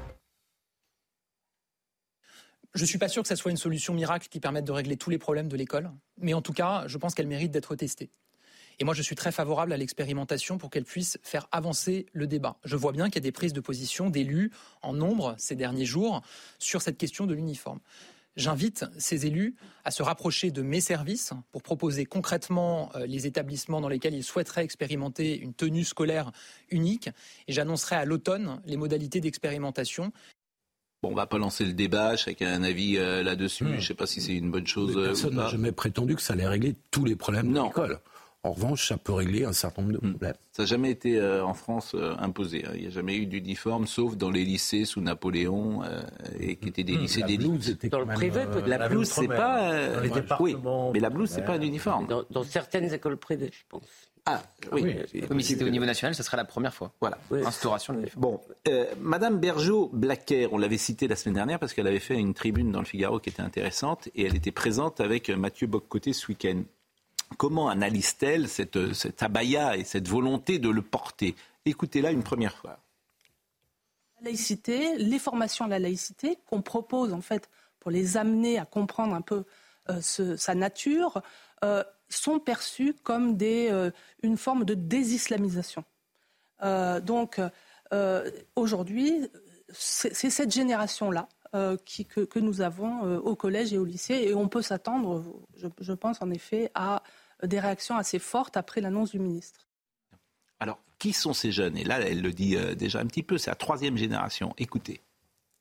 Speaker 16: Je ne suis pas sûr que ça soit une solution miracle qui permette de régler tous les problèmes de l'école, mais en tout cas, je pense qu'elle mérite d'être testée. Et moi, je suis très favorable à l'expérimentation pour qu'elle puisse faire avancer le débat. Je vois bien qu'il y a des prises de position d'élus en nombre ces derniers jours sur cette question de l'uniforme. J'invite ces élus à se rapprocher de mes services pour proposer concrètement les établissements dans lesquels ils souhaiteraient expérimenter une tenue scolaire unique. Et j'annoncerai à l'automne les modalités d'expérimentation.
Speaker 4: Bon, on ne va pas lancer le débat, chacun a un avis là-dessus. Je ne sais pas si c'est une bonne chose.
Speaker 18: Personne n'a jamais prétendu que ça allait régler tous les problèmes de l'école. En revanche, ça peut régler un certain nombre de problèmes.
Speaker 4: Ça n'a jamais été en France imposé. Il n'y a jamais eu d'uniforme, sauf dans les lycées sous Napoléon, et qui étaient des lycées d'élite.
Speaker 15: Dans le privé, peut-être.
Speaker 4: La blouse, c'est pas. Oui, mais la blouse, c'est pas un uniforme.
Speaker 15: Dans certaines écoles privées, je pense.
Speaker 12: Ah, oui. Mais si c'était au niveau national, ce serait la première fois.
Speaker 4: Voilà.
Speaker 12: Instauration de l'uniforme.
Speaker 4: Bon, Madame Bergeau-Blacker, on l'avait citée la semaine dernière parce qu'elle avait fait une tribune dans le Figaro qui était intéressante et elle était présente avec Mathieu Bock-Côté ce week-end. Comment analyse-t-elle cette abaya et cette volonté de le porter ? Écoutez-la une première fois.
Speaker 21: La laïcité, les formations à la laïcité qu'on propose en fait pour les amener à comprendre un peu sa nature sont perçues comme une forme de désislamisation. Donc aujourd'hui, c'est cette génération-là que nous avons au collège et au lycée. Et on peut s'attendre, je pense en effet, à des réactions assez fortes après l'annonce du ministre.
Speaker 4: Alors, qui sont ces jeunes ? Et là, elle le dit déjà un petit peu, c'est la troisième génération. Écoutez.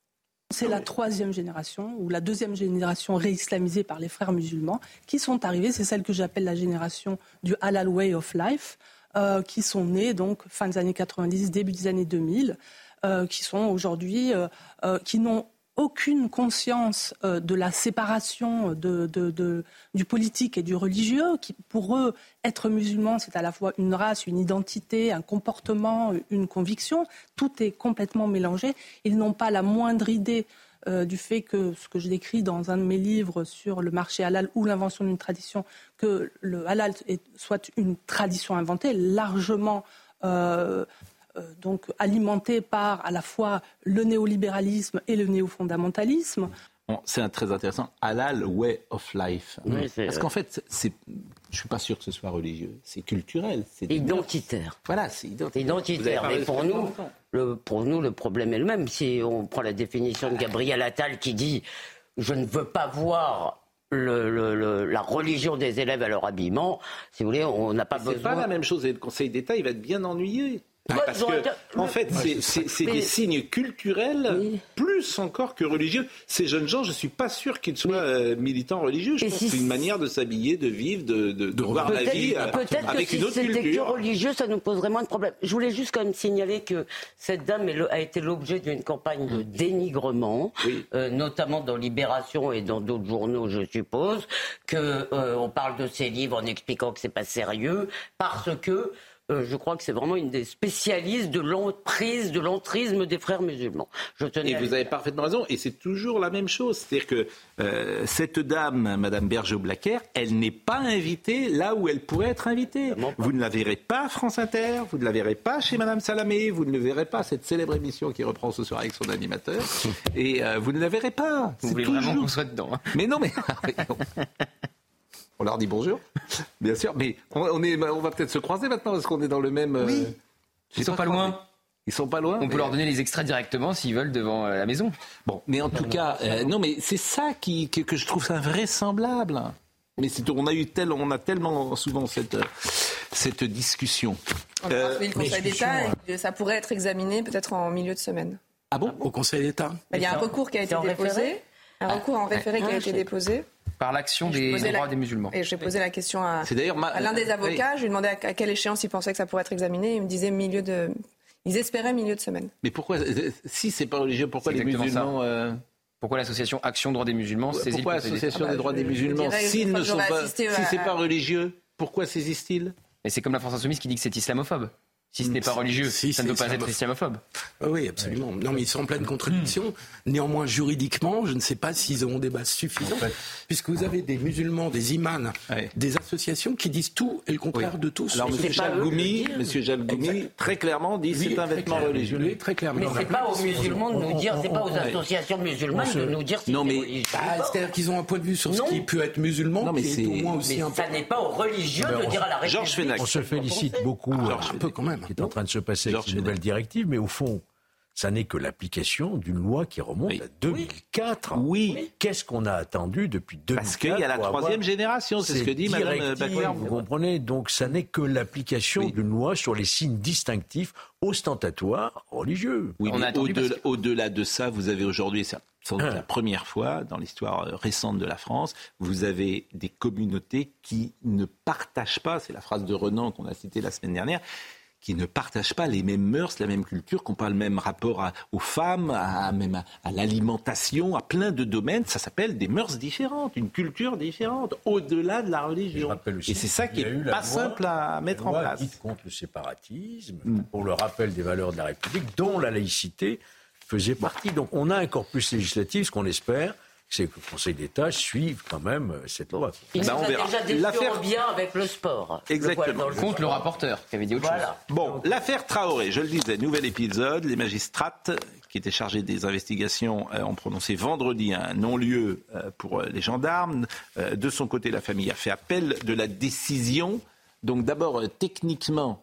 Speaker 21: C'est la troisième génération ou la deuxième génération réislamisée par les frères musulmans qui sont arrivés. C'est celle que j'appelle la génération du halal way of life, qui sont nés donc fin des années 90, début des années 2000, qui sont aujourd'hui, qui n'ont aucune conscience de la séparation du politique et du religieux. Qui, pour eux, être musulman, c'est à la fois une race, une identité, un comportement, une conviction. Tout est complètement mélangé. Ils n'ont pas la moindre idée du fait que, ce que je décris dans un de mes livres sur le marché halal ou l'invention d'une tradition, que le halal soit une tradition inventée, largement donc alimenté par à la fois le néolibéralisme et le néofondamentalisme.
Speaker 4: Bon, c'est très intéressant. Halal way of life.
Speaker 15: Oui,
Speaker 4: parce qu'en fait, je ne suis pas sûr que ce soit religieux. C'est culturel. C'est
Speaker 15: identitaire.
Speaker 4: Voilà, c'est
Speaker 15: identitaire. Mais pour nous, le problème est le même. Si on prend la définition de Gabriel Attal qui dit « Je ne veux pas voir la religion des élèves à leur habillement », si vous voulez, on n'a pas besoin...
Speaker 4: C'est pas la même chose. Et le Conseil d'État, il va être bien ennuyé. Parce que, en fait, c'est des signes culturels, plus encore que religieux. Ces jeunes gens, je ne suis pas sûr qu'ils soient militants religieux. Je pense que c'est une manière de s'habiller, de vivre, de voir la vie avec une autre culture. Peut-être que si c'était que religieux, ça nous poserait moins de problèmes. Je voulais juste quand même signaler que cette dame a été l'objet d'une campagne de dénigrement, notamment dans Libération et dans d'autres journaux, je suppose, qu'on parle de ses livres en expliquant que c'est pas sérieux, parce que je crois que c'est vraiment une des spécialistes de l'emprise, de l'entrisme des frères musulmans. Et vous avez parfaitement raison, et c'est toujours la même chose. C'est-à-dire que cette dame, Madame Berger-Blacker, elle n'est pas invitée là où elle pourrait être invitée. Vous ne la verrez pas à France Inter, vous ne la verrez pas chez Madame Salamé, vous ne le verrez pas, cette célèbre émission qui reprend ce soir avec son animateur, et vous ne la verrez pas.
Speaker 12: Vous voulez toujours... vraiment qu'on soit dedans, hein.
Speaker 4: Mais non, mais... On leur dit bonjour, bien sûr, mais on va peut-être se croiser maintenant parce qu'on est dans le même...
Speaker 12: Oui, ils sont pas loin.
Speaker 4: Ils sont pas loin.
Speaker 12: On peut leur donner les extraits directement s'ils veulent devant la maison.
Speaker 4: Bon, mais en tout cas, non, mais c'est ça que je trouve invraisemblable. Mais on a tellement souvent cette discussion.
Speaker 17: On va le Conseil d'État et ça pourrait être examiné peut-être en milieu de semaine.
Speaker 4: Ah bon ? Au Conseil d'État ?
Speaker 17: Il y a un recours qui a été déposé. Un recours en référé qui a été déposé.
Speaker 12: Par l'action des droits des musulmans.
Speaker 17: Et j'ai posé la question à l'un des avocats. Oui. Je lui ai demandé à quelle échéance il pensait que ça pourrait être examiné. Il me disait ils espéraient milieu de semaine.
Speaker 4: Mais pourquoi, si c'est pas religieux, pourquoi les musulmans
Speaker 12: Pourquoi l'association Action Droits des Musulmans saisit
Speaker 4: Pourquoi l'association des droits des musulmans s'ils ne sont pas, si c'est pas religieux, pourquoi saisissent-ils ?
Speaker 12: Et c'est comme la France Insoumise qui dit que c'est islamophobe. Si ce n'est pas religieux, ça ne peut pas être islamophobe.
Speaker 18: Oui, absolument. Non, mais ils sont en pleine contradiction. Néanmoins, juridiquement, je ne sais pas s'ils auront des bases suffisantes, puisque vous avez des musulmans, des imams, des associations qui disent tout et le contraire de tout.
Speaker 4: Alors, M. Jalgoumi, très clairement, dit que c'est un vêtement religieux.
Speaker 18: Très clairement.
Speaker 15: Mais c'est pas aux musulmans de nous dire, c'est pas aux associations musulmanes de nous dire si c'est religieux.
Speaker 18: C'est-à-dire qu'ils ont un point de vue sur ce qui peut être musulman, qui est au moins aussi important.
Speaker 15: Ça n'est pas aux religieux de dire à la République.
Speaker 6: On se félicite beaucoup.
Speaker 18: Un peu quand même.
Speaker 6: Qui est en train de se passer avec une nouvelle directive, mais au fond, ça n'est que l'application d'une loi qui remonte à 2004.
Speaker 4: Oui.
Speaker 6: Qu'est-ce qu'on a attendu depuis 2004 ?
Speaker 4: Parce qu'il y a la troisième génération, c'est ce que dit Mme Bacquer.
Speaker 6: Vous comprenez ? Donc ça n'est que l'application d'une loi sur les signes distinctifs ostentatoires religieux.
Speaker 4: Oui, mais au-delà de ça, vous avez aujourd'hui, c'est sans doute la première fois dans l'histoire récente de la France, vous avez des communautés qui ne partagent pas, c'est la phrase de Renan qu'on a citée la semaine dernière, qui ne partagent pas les mêmes mœurs, la même culture, qui n'ont pas le même rapport aux femmes, même à l'alimentation, à plein de domaines. Ça s'appelle des mœurs différentes, une culture différente, au-delà de la religion. Et c'est ça qui n'est pas simple à mettre en place.
Speaker 6: Dite contre le séparatisme, pour le rappel des valeurs de la République, dont la laïcité faisait partie. Donc on a un corpus législatif, ce qu'on espère, c'est que le Conseil d'État suive quand même cette loi.
Speaker 15: Il nous a déjà déçu bien avec le sport.
Speaker 4: Exactement.
Speaker 12: Contre le rapporteur, qui avait dit autre chose.
Speaker 4: Bon, l'affaire Traoré, je le disais, nouvel épisode. Les magistrates qui étaient chargés des investigations ont prononcé vendredi un non-lieu pour les gendarmes. De son côté, la famille a fait appel de la décision. Donc d'abord, techniquement...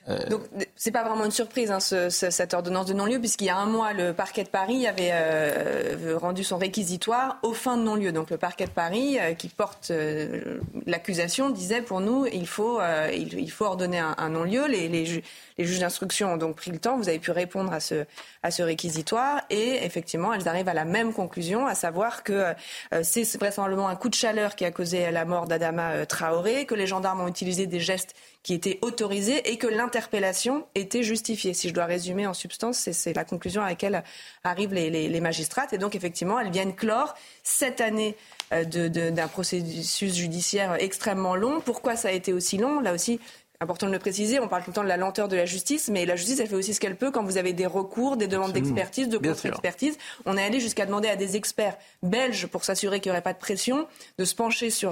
Speaker 17: Donc, c'est pas vraiment une surprise, cette ordonnance de non-lieu, puisqu'il y a un mois, le parquet de Paris avait rendu son réquisitoire aux fins de non-lieu. Donc, le parquet de Paris, qui porte l'accusation, disait pour nous, il faut ordonner un non-lieu. Les juges d'instruction ont donc pris le temps. Vous avez pu répondre à ce réquisitoire. Et effectivement, elles arrivent à la même conclusion, à savoir que c'est vraisemblablement un coup de chaleur qui a causé la mort d'Adama Traoré, que les gendarmes ont utilisé des gestes qui étaient autorisés et que l'interpellation était justifiée. Si je dois résumer en substance, c'est la conclusion à laquelle arrivent les magistrates. Et donc, effectivement, elles viennent clore cette année d'un processus judiciaire extrêmement long. Pourquoi ça a été aussi long ? Là aussi, important de le préciser, on parle tout le temps de la lenteur de la justice, mais la justice, elle fait aussi ce qu'elle peut quand vous avez des recours, des demandes d'expertise, de contre-expertise. On est allé jusqu'à demander à des experts belges, pour s'assurer qu'il n'y aurait pas de pression, de se pencher sur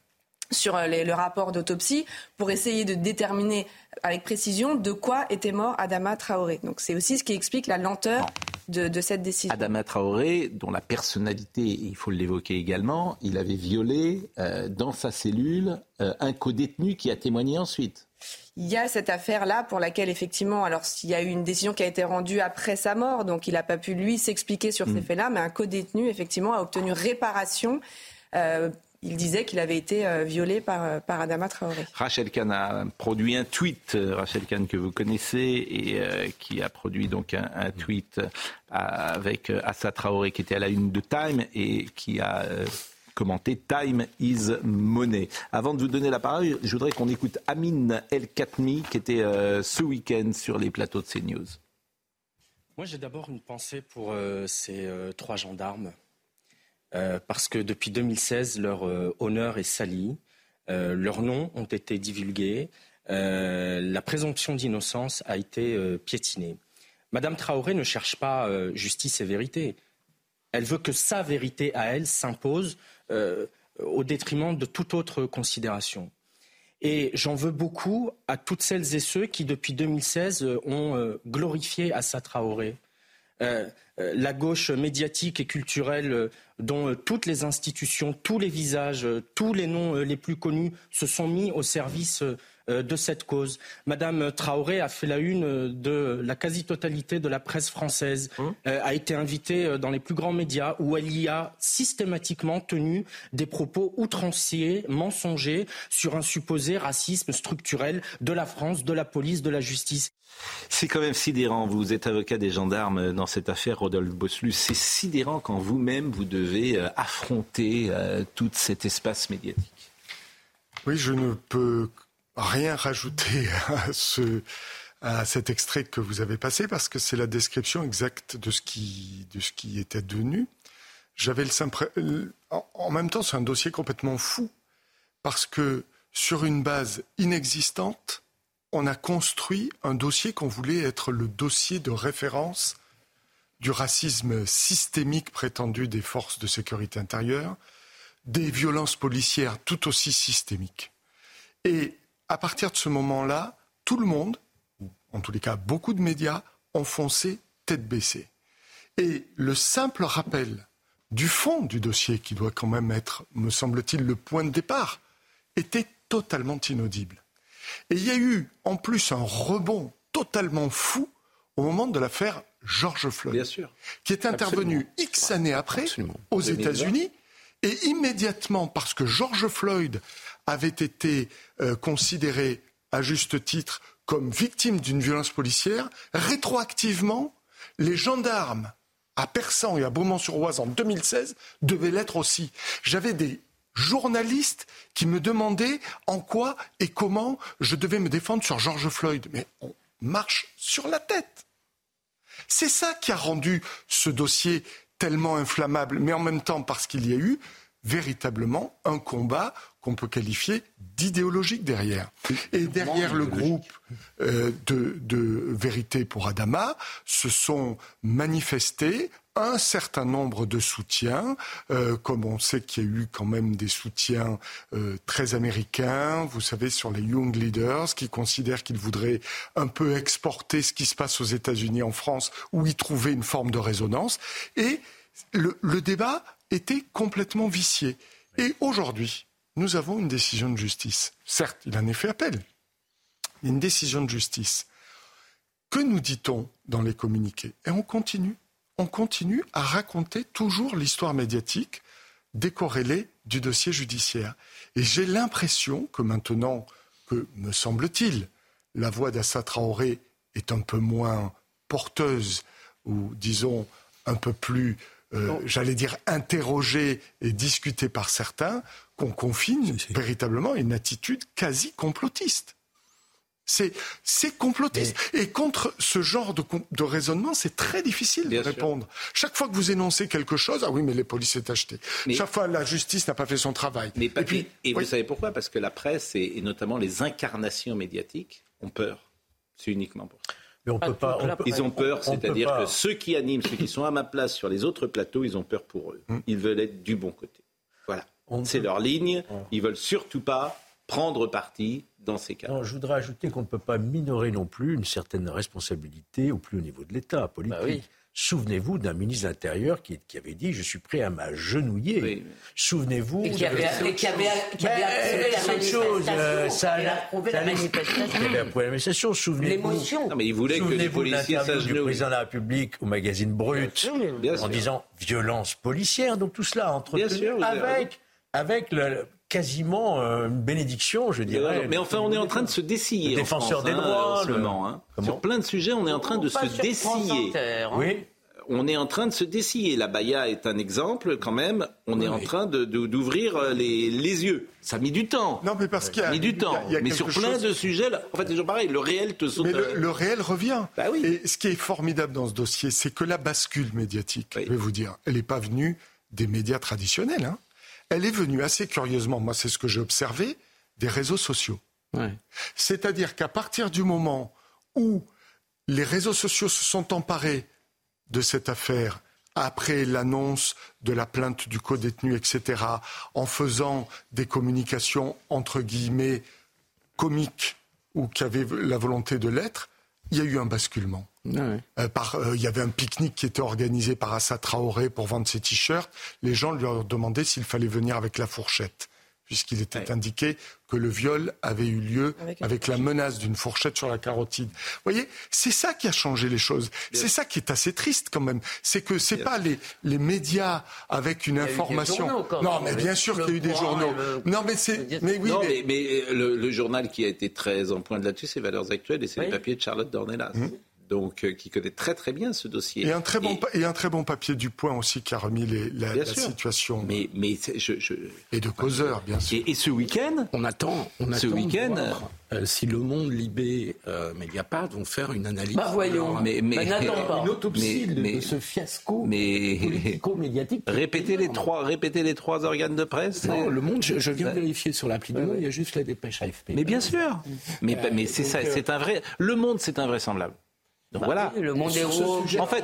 Speaker 17: le rapport d'autopsie pour essayer de déterminer avec précision de quoi était mort Adama Traoré. Donc c'est aussi ce qui explique la lenteur de cette décision.
Speaker 4: Adama Traoré, dont la personnalité, il faut l'évoquer également, il avait violé dans sa cellule un codétenu qui a témoigné ensuite.
Speaker 17: Il y a cette affaire-là pour laquelle, effectivement, alors s'il y a eu une décision qui a été rendue après sa mort, donc il n'a pas pu, lui, s'expliquer sur ces faits-là, mais un codétenu, effectivement, a obtenu réparation. Il disait qu'il avait été violé par Adama Traoré.
Speaker 4: Rachel Kahn a produit un tweet, Rachel Kahn que vous connaissez, et qui a produit donc un tweet avec Assa Traoré qui était à la une de Time et qui a commenté « Time is money ». Avant de vous donner la parole, je voudrais qu'on écoute Amine El Khatmi qui était ce week-end sur les plateaux de CNews.
Speaker 1: Moi, j'ai d'abord une pensée pour ces 3 gendarmes. Parce que depuis 2016, leur honneur est sali, leurs noms ont été divulgués, la présomption d'innocence a été piétinée. Madame Traoré ne cherche pas justice et vérité. Elle veut que sa vérité à elle s'impose au détriment de toute autre considération. Et j'en veux beaucoup à toutes celles et ceux qui, depuis 2016, ont glorifié Assa Traoré. La gauche médiatique et culturelle dont toutes les institutions, tous les visages, tous les noms les plus connus se sont mis au service de cette cause. Madame Traoré a fait la une de la quasi-totalité de la presse française, a été invitée dans les plus grands médias où elle y a systématiquement tenu des propos outranciers, mensongers sur un supposé racisme structurel de la France, de la police, de la justice.
Speaker 4: C'est quand même sidérant. Vous êtes avocat des gendarmes dans cette affaire, Rodolphe Bosselus. C'est sidérant quand vous-même, vous devez affronter tout cet espace médiatique.
Speaker 7: Oui, je ne peux rien rajouter à cet extrait que vous avez passé parce que c'est la description exacte de ce qui était devenu. En même temps, c'est un dossier complètement fou parce que sur une base inexistante, on a construit un dossier qu'on voulait être le dossier de référence du racisme systémique prétendu des forces de sécurité intérieure, des violences policières tout aussi systémiques. Et à partir de ce moment-là, tout le monde, ou en tous les cas beaucoup de médias, ont foncé tête baissée. Et le simple rappel du fond du dossier, qui doit quand même être, me semble-t-il, le point de départ, était totalement inaudible. Et il y a eu en plus un rebond totalement fou au moment de l'affaire George Floyd, bien sûr, qui est intervenu X années après aux États-Unis, et immédiatement, parce que George Floyd avait été considéré à juste titre comme victime d'une violence policière, rétroactivement, les gendarmes à Persan et à Beaumont-sur-Oise en 2016 devaient l'être aussi. J'avais des journalistes qui me demandaient en quoi et comment je devais me défendre sur George Floyd. Mais on marche sur la tête. C'est ça qui a rendu ce dossier tellement inflammable, mais en même temps parce qu'il y a eu véritablement un combat qu'on peut qualifier d'idéologique derrière. Et derrière le groupe de Vérité pour Adama se sont manifestés un certain nombre de soutiens, comme on sait qu'il y a eu quand même des soutiens très américains, vous savez, sur les Young Leaders, qui considèrent qu'ils voudraient un peu exporter ce qui se passe aux États-Unis en France, où y trouver une forme de résonance. Et le débat était complètement vicié. Et aujourd'hui, nous avons une décision de justice. Certes, il en est fait appel. Il y a une décision de justice. Que nous dit-on dans les communiqués ? Et on continue à raconter toujours l'histoire médiatique décorrélée du dossier judiciaire. Et j'ai l'impression que maintenant que, me semble-t-il, la voix d'Assa Traoré est un peu moins porteuse, ou disons un peu plus, j'allais dire, interrogée et discutée par certains, qu'on confine véritablement à une attitude quasi complotiste. C'est complotiste. Ouais. Et contre ce genre de raisonnement, c'est très difficile de répondre. Chaque fois que vous énoncez quelque chose, ah oui, mais les polices est acheté. Chaque fois, la justice n'a pas fait son travail.
Speaker 4: Mais vous savez pourquoi ? Parce que la presse et notamment les incarnations médiatiques ont peur. C'est uniquement pour ça.
Speaker 6: Mais on peut pas.
Speaker 4: Ils ont peur, c'est-à-dire que ceux qui animent, ceux qui sont à ma place sur les autres plateaux, ils ont peur pour eux. Ils veulent être du bon côté. Voilà. C'est leur ligne. Ils veulent surtout pas prendre parti dans ces cas.
Speaker 6: Non, je voudrais ajouter qu'on ne peut pas minorer non plus une certaine responsabilité au plus haut niveau de l'État politique. Bah oui. Souvenez-vous d'un ministre de l'Intérieur qui avait dit « je suis prêt à m'agenouiller oui. ». Souvenez-vous...
Speaker 15: Et qui avait approuvé la manifestation.
Speaker 6: Il a approuvé la manifestation. Souvenez-vous...
Speaker 15: L'émotion.
Speaker 4: Non, mais il voulait que les policiers s'agenouillent.
Speaker 6: Du président de la République au magazine Brut, en disant « violence policière ». Donc tout cela entretenu avec quasiment une bénédiction, je dirais.
Speaker 4: Mais enfin, on est en train de se dessiller.
Speaker 6: Défenseur des droits,
Speaker 4: sur plein de sujets, on est en train de se dessiller.
Speaker 6: Oui.
Speaker 4: On est en train de se dessiller. La Baïa est un exemple, quand même. On est en train d'ouvrir les yeux. Ça a mis du temps.
Speaker 7: Non, mais parce qu'il y a
Speaker 4: mis du temps. Mais sur plein de sujets, là, en fait, c'est toujours pareil. Le réel te saute.
Speaker 7: Mais le réel revient.
Speaker 4: Bah oui.
Speaker 7: Et ce qui est formidable dans ce dossier, c'est que la bascule médiatique, je vais vous dire, elle n'est pas venue des médias traditionnels, hein. Elle est venue assez curieusement, moi c'est ce que j'ai observé, des réseaux sociaux. Ouais. C'est-à-dire qu'à partir du moment où les réseaux sociaux se sont emparés de cette affaire, après l'annonce de la plainte du co-détenu, etc., en faisant des communications entre guillemets comiques ou qui avaient la volonté de l'être, il y a eu un basculement. Ouais. Il y avait un pique-nique qui était organisé par Assa Traoré pour vendre ses t-shirts. Les gens lui ont demandé s'il fallait venir avec la fourchette, puisqu'il était indiqué que le viol avait eu lieu avec la menace d'une fourchette sur la carotide. Vous voyez, c'est ça qui a changé les choses. C'est ça qui est assez triste quand même. C'est que c'est pas les médias avec une information. Non, mais bien sûr qu'il y a eu des journaux. Non, mais c'est. Mais oui.
Speaker 4: Mais le journal qui a été très en pointe là-dessus, c'est Valeurs Actuelles et c'est les papiers de Charlotte Dornelas. Donc, qui connaît très très bien ce dossier.
Speaker 7: Et un très bon papier du Point aussi qui a remis la situation.
Speaker 4: Mais
Speaker 7: et de Causeur, bien sûr.
Speaker 4: Et ce week-end,
Speaker 18: on attend ce week-end de voir, si Le Monde, Libé, Mediapart vont faire une analyse.
Speaker 15: Bah voyons.
Speaker 18: N'attends pas. Une autopsie de ce fiasco politico-médiatique.
Speaker 4: Répétez les trois organes de presse.
Speaker 18: Non, Le Monde, je viens vérifier sur l'appli du Monde, il y a juste la dépêche AFP.
Speaker 4: Mais bien sûr. Mais c'est ça, c'est un vrai. Le Monde, c'est invraisemblable. Donc voilà.
Speaker 15: Le monde est rouge.
Speaker 4: En fait,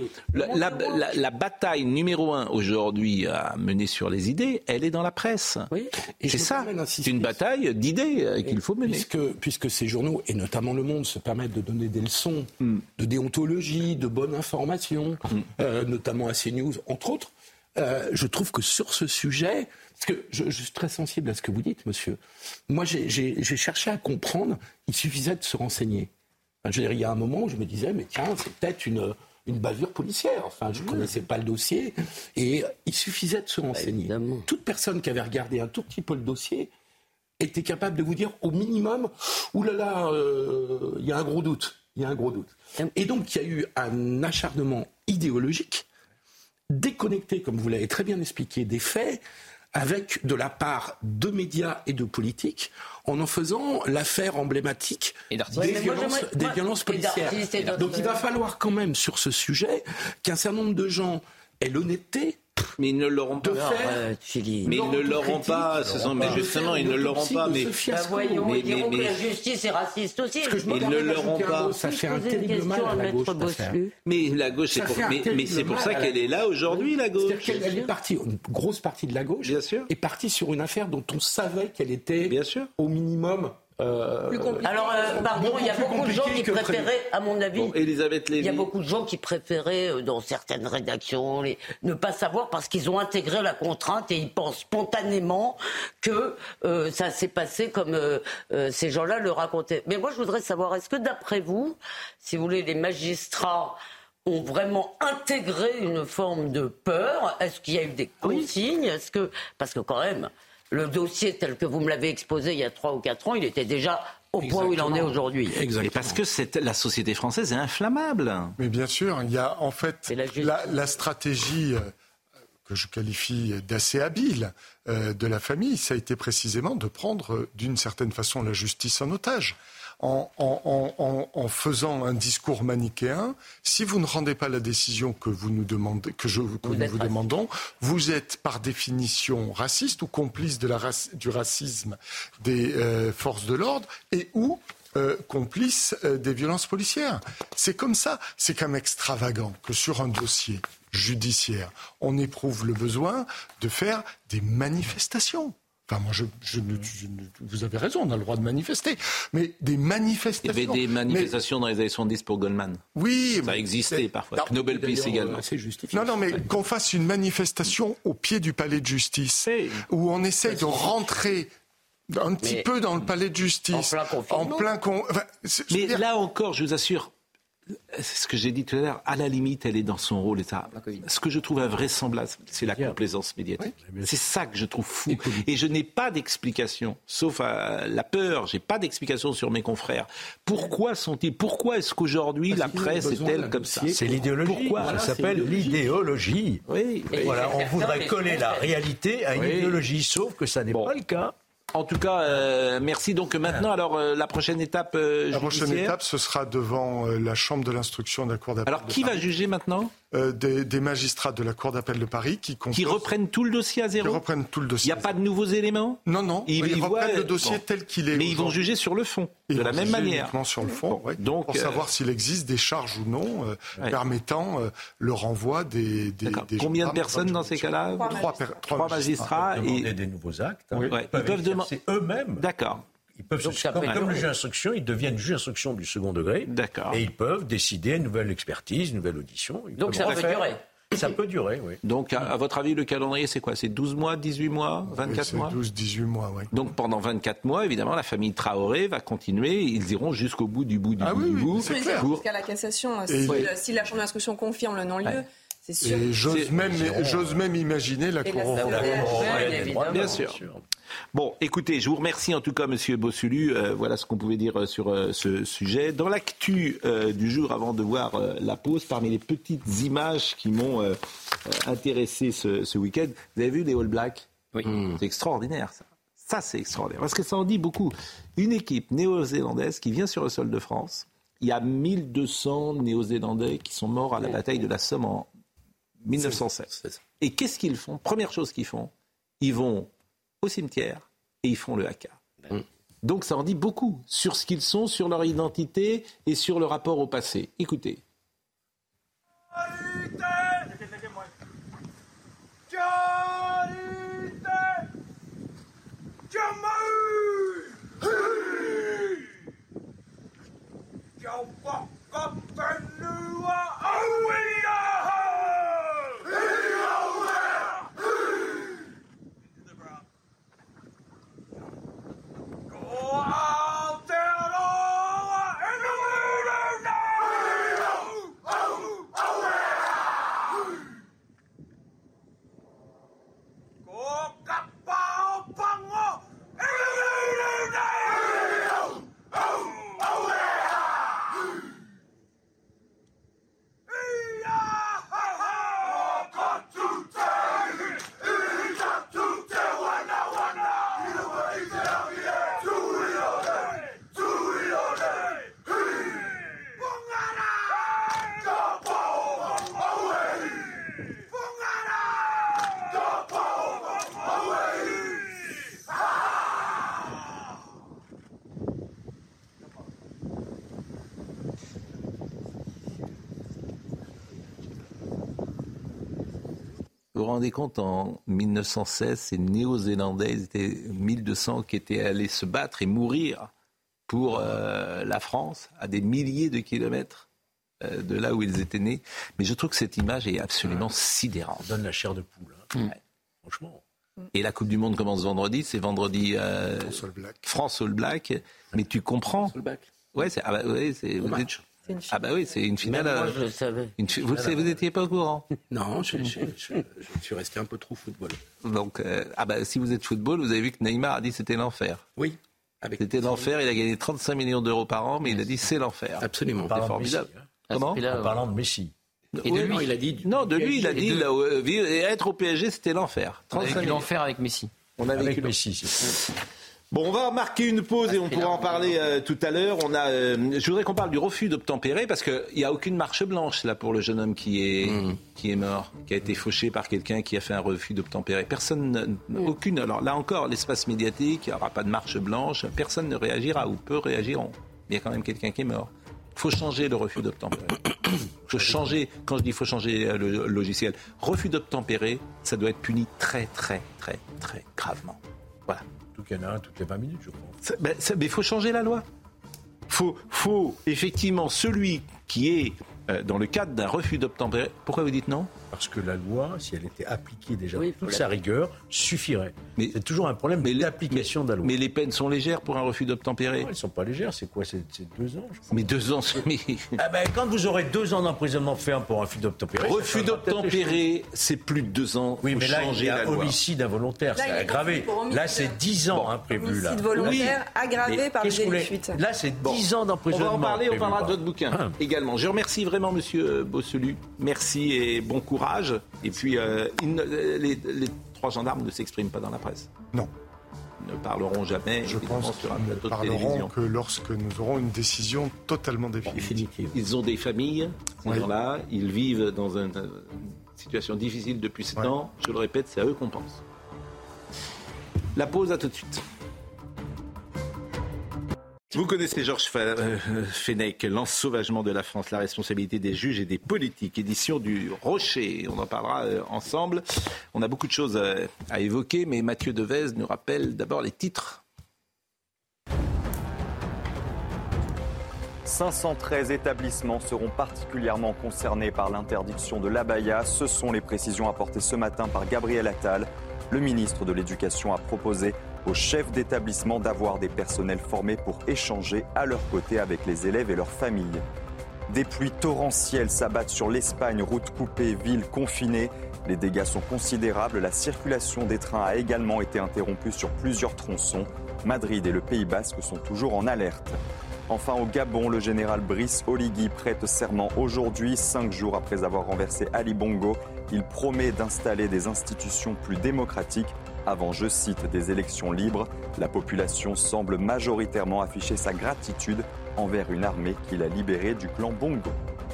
Speaker 4: la bataille numéro 1 aujourd'hui à mener sur les idées, elle est dans la presse.
Speaker 18: Oui.
Speaker 4: Et c'est ça. C'est une bataille d'idées qu'il faut mener.
Speaker 18: Puisque ces journaux, et notamment Le Monde, se permettent de donner des leçons de déontologie, de bonne information, notamment à CNews, entre autres, je trouve que sur ce sujet, parce que je suis très sensible à ce que vous dites, monsieur, moi j'ai cherché à comprendre, il suffisait de se renseigner. Je veux dire, il y a un moment où je me disais, mais tiens, c'est peut-être une bavure policière. Enfin, je ne connaissais pas le dossier. Et il suffisait de se renseigner. Toute personne qui avait regardé un tout petit peu le dossier était capable de vous dire, au minimum, oulala, il y a un gros doute. Et donc, il y a eu un acharnement idéologique, déconnecté, comme vous l'avez très bien expliqué, des faits, avec de la part de médias et de politiques, en faisant l'affaire emblématique des violences policières. Donc il va falloir quand même, sur ce sujet, qu'un certain nombre de gens aient l'honnêteté.
Speaker 4: Mais ils ne l'auront pas. Mais ils ne l'auront pas. Mais justement, ils ne l'auront pas. Mais
Speaker 15: voyons, ils diront que la justice est raciste aussi.
Speaker 4: Ils ne l'auront pas.
Speaker 18: Ça fait un terrible mal à la gauche.
Speaker 4: Mais la gauche, c'est pour ça qu'elle est là aujourd'hui, la gauche.
Speaker 18: C'est-à-dire qu'elle est partie, une grosse partie de la gauche est partie sur une affaire dont on savait qu'elle était au minimum
Speaker 15: Plus compliqué. Alors, pardon, il y a beaucoup de gens qui préféraient, à mon avis,
Speaker 4: Elisabeth Lévy.
Speaker 15: Il y a beaucoup de gens qui préféraient, dans certaines rédactions, ne pas savoir parce qu'ils ont intégré la contrainte et ils pensent spontanément que ça s'est passé comme ces gens-là le racontaient. Mais moi, je voudrais savoir, est-ce que d'après vous, si vous voulez, les magistrats ont vraiment intégré une forme de peur? Est-ce qu'il y a eu des consignes? Parce que quand même, le dossier tel que vous me l'avez exposé il y a 3 ou 4 ans, il était déjà au point où il en est aujourd'hui.
Speaker 4: Et parce que la société française est inflammable.
Speaker 7: Mais bien sûr, il y a en fait la stratégie que je qualifie d'assez habile de la famille, ça a été précisément de prendre d'une certaine façon la justice en otage. En faisant un discours manichéen, si vous ne rendez pas la décision que vous nous demandez, que nous vous demandons, vous êtes par définition raciste ou complice du racisme des forces de l'ordre et ou complice des violences policières. C'est comme ça. C'est quand même extravagant que sur un dossier judiciaire, on éprouve le besoin de faire des manifestations. Enfin, moi, vous avez raison, on a le droit de manifester. Mais des manifestations...
Speaker 4: Il y avait des manifestations dans les années 70 pour Goldman.
Speaker 7: Oui.
Speaker 4: Ça existait parfois. Nobel Peace également.
Speaker 7: C'est justifié. Non, mais qu'on fasse une manifestation au pied du palais de justice, où on essaye de rentrer un petit peu dans le palais de justice. En plein
Speaker 4: Mais là encore, je vous assure... C'est ce que j'ai dit tout à l'heure, à la limite, elle est dans son rôle. Ce que je trouve invraisemblable, c'est la complaisance médiatique. Oui. C'est ça que je trouve fou. Et je n'ai pas d'explication, sauf la peur, j'ai pas d'explication sur mes confrères. Pourquoi est-ce qu'aujourd'hui la presse est-elle comme ça?
Speaker 6: C'est l'idéologie. Ça s'appelle l'idéologie.
Speaker 4: Oui.
Speaker 6: Voilà, on voudrait coller la réalité à une idéologie, sauf que ça n'est pas le cas.
Speaker 4: En tout cas, merci. Donc maintenant, alors la prochaine étape judiciaire.
Speaker 7: La prochaine étape, ce sera devant la Chambre de l'instruction de la Cour d'appel.
Speaker 4: Alors qui va juger maintenant?
Speaker 7: Des magistrats de la Cour d'appel de Paris qui
Speaker 4: reprennent tout le dossier à zéro.
Speaker 7: Qui reprennent tout le dossier.
Speaker 4: Il n'y a pas de nouveaux éléments?
Speaker 7: Non. Ils reprennent le dossier tel qu'il est.
Speaker 4: Mais ils vont juger sur le fond, de la même manière.
Speaker 7: Uniquement sur le fond, donc, pour savoir s'il existe des charges ou non permettant le renvoi des
Speaker 4: Combien de personnes dans ces cas-là? 3 magistrats.
Speaker 6: Et des nouveaux actes.
Speaker 4: Ils peuvent demander
Speaker 6: eux-mêmes.
Speaker 4: D'accord.
Speaker 6: Ils peuvent comme le juge d'instruction, ils deviennent juge d'instruction du second degré.
Speaker 4: D'accord.
Speaker 6: Et ils peuvent décider une nouvelle expertise, une nouvelle audition.
Speaker 15: Donc ça peut durer.
Speaker 6: Ça peut durer, oui.
Speaker 4: Donc, à votre avis, le calendrier, c'est quoi? C'est 12 mois, 18 mois, 24 mois?
Speaker 7: 12-18 mois, oui.
Speaker 4: Donc, pendant 24 mois, évidemment, la famille Traoré va continuer. Ils iront jusqu'au bout du bout.
Speaker 17: C'est clair. Jusqu'à la cassation. Si la Chambre d'instruction confirme le non-lieu... Ouais.
Speaker 7: Et j'ose même imaginer la Cour.
Speaker 4: Bien sûr. Bon, écoutez, je vous remercie en tout cas, Monsieur Bossulu. Voilà ce qu'on pouvait dire sur ce sujet. Dans l'actu du jour, avant de voir la pause, parmi les petites images qui m'ont intéressé ce week-end, vous avez vu les All Blacks? Oui. C'est extraordinaire, ça. Ça, c'est extraordinaire. Parce que ça en dit beaucoup. Une équipe néo-zélandaise qui vient sur le sol de France. Il y a 1200 néo-zélandais qui sont morts à la bataille de la Somme en 1916. Et qu'est-ce qu'ils font? Première chose qu'ils font, ils vont au cimetière et ils font le haka. Donc ça en dit beaucoup sur ce qu'ils sont, sur leur identité et sur le rapport au passé. Écoutez. Vous vous rendez compte, en 1916, ces Néo-Zélandais, ils étaient 1200 qui étaient allés se battre et mourir pour la France, à des milliers de kilomètres de là où ils étaient nés. Mais je trouve que cette image est absolument sidérante.
Speaker 6: On donne la chair de poule, hein. Franchement.
Speaker 4: Et la Coupe du Monde commence vendredi, c'est vendredi France All Black. Mais tu comprends Ouais, c'est une finale.
Speaker 15: Moi, je le savais.
Speaker 4: Vous n'étiez pas au courant?
Speaker 6: Non, je suis resté un peu trop football.
Speaker 4: Donc, si vous êtes football, vous avez vu que Neymar a dit que c'était l'enfer.
Speaker 6: Oui.
Speaker 4: C'était l'enfer, il a gagné 35 millions d'euros par an, mais il a dit c'est l'enfer.
Speaker 6: Absolument.
Speaker 4: C'est formidable.
Speaker 6: Comment? En parlant de Messi.
Speaker 12: Et de lui,
Speaker 4: non, il a dit. Non, de lui, il a dit être au PSG, c'était l'enfer.
Speaker 12: On a vécu l'enfer avec Messi.
Speaker 4: On a vécu Messi. Bon, on va marquer une pause et on pourra en parler tout à l'heure. Je voudrais qu'on parle du refus d'obtempérer parce qu'il n'y a aucune marche blanche là pour le jeune homme qui est mort, qui a été fauché par quelqu'un qui a fait un refus d'obtempérer. Personne, aucune. Alors là encore, l'espace médiatique, il n'y aura pas de marche blanche. Personne ne réagira ou peu réagiront. Il y a quand même quelqu'un qui est mort. Il faut changer le refus d'obtempérer. Quand je dis faut changer le logiciel, refus d'obtempérer, ça doit être puni très, très, très, très gravement. Voilà.
Speaker 6: Il y en a un toutes les 20 minutes, je crois.
Speaker 4: Mais il faut changer la loi. Faut effectivement celui qui est dans le cadre d'un refus d'obtempérer. Pourquoi vous dites non?
Speaker 6: Parce que la loi, si elle était appliquée déjà toute sa rigueur, suffirait. Mais c'est toujours un problème d'application de la loi.
Speaker 4: Mais les peines sont légères pour un refus d'obtempérer?
Speaker 6: Non, elles ne sont pas légères. C'est quoi? C'est 2 ans, je crois.
Speaker 4: Mais 2 ans,
Speaker 6: quand vous aurez 2 ans d'emprisonnement ferme pour un refus d'obtempérer...
Speaker 4: Refus d'obtempérer, c'est plus de 2 ans.
Speaker 6: Oui, mais là, il y a
Speaker 4: loi.
Speaker 6: Homicide involontaire, c'est aggravé. Là, c'est 10 ans prévu.
Speaker 17: Homicide volontaire aggravé par le délit de fuite.
Speaker 6: Là, c'est 10 ans d'emprisonnement.
Speaker 4: On va en parler, on parlera de votre bouquin également. Je remercie vraiment Monsieur Bosselu. Merci et bon courage. Et puis, les 3 gendarmes ne s'expriment pas dans la presse.
Speaker 7: Non.
Speaker 4: Ils ne parleront jamais.
Speaker 7: Je pense qu'ils ne parleront que lorsque nous aurons une décision totalement définitive.
Speaker 4: Ils ont des familles, ces gens-là. Ils vivent dans une situation difficile depuis 7 ans. Je le répète, c'est à eux qu'on pense. La pause, à tout de suite. Vous connaissez Georges Fenech, L'ensauvagement de la France, la responsabilité des juges et des politiques, édition du Rocher. On en parlera ensemble. On a beaucoup de choses à évoquer, mais Mathieu Devez nous rappelle d'abord les titres.
Speaker 5: 513 établissements seront particulièrement concernés par l'interdiction de l'abaya. Ce sont les précisions apportées ce matin par Gabriel Attal. Le ministre de l'Éducation a proposé aux chefs d'établissement d'avoir des personnels formés pour échanger à leur côté avec les élèves et leurs familles. Des pluies torrentielles s'abattent sur l'Espagne, routes coupées, villes confinées. Les dégâts sont considérables. La circulation des trains a également été interrompue sur plusieurs tronçons. Madrid et le Pays Basque sont toujours en alerte. Enfin, au Gabon, le général Brice Oligui prête serment aujourd'hui, 5 jours après avoir renversé Ali Bongo. Il promet d'installer des institutions plus démocratiques avant, je cite, des élections libres. La population semble majoritairement afficher sa gratitude envers une armée qu'il a libérée du clan Bongo.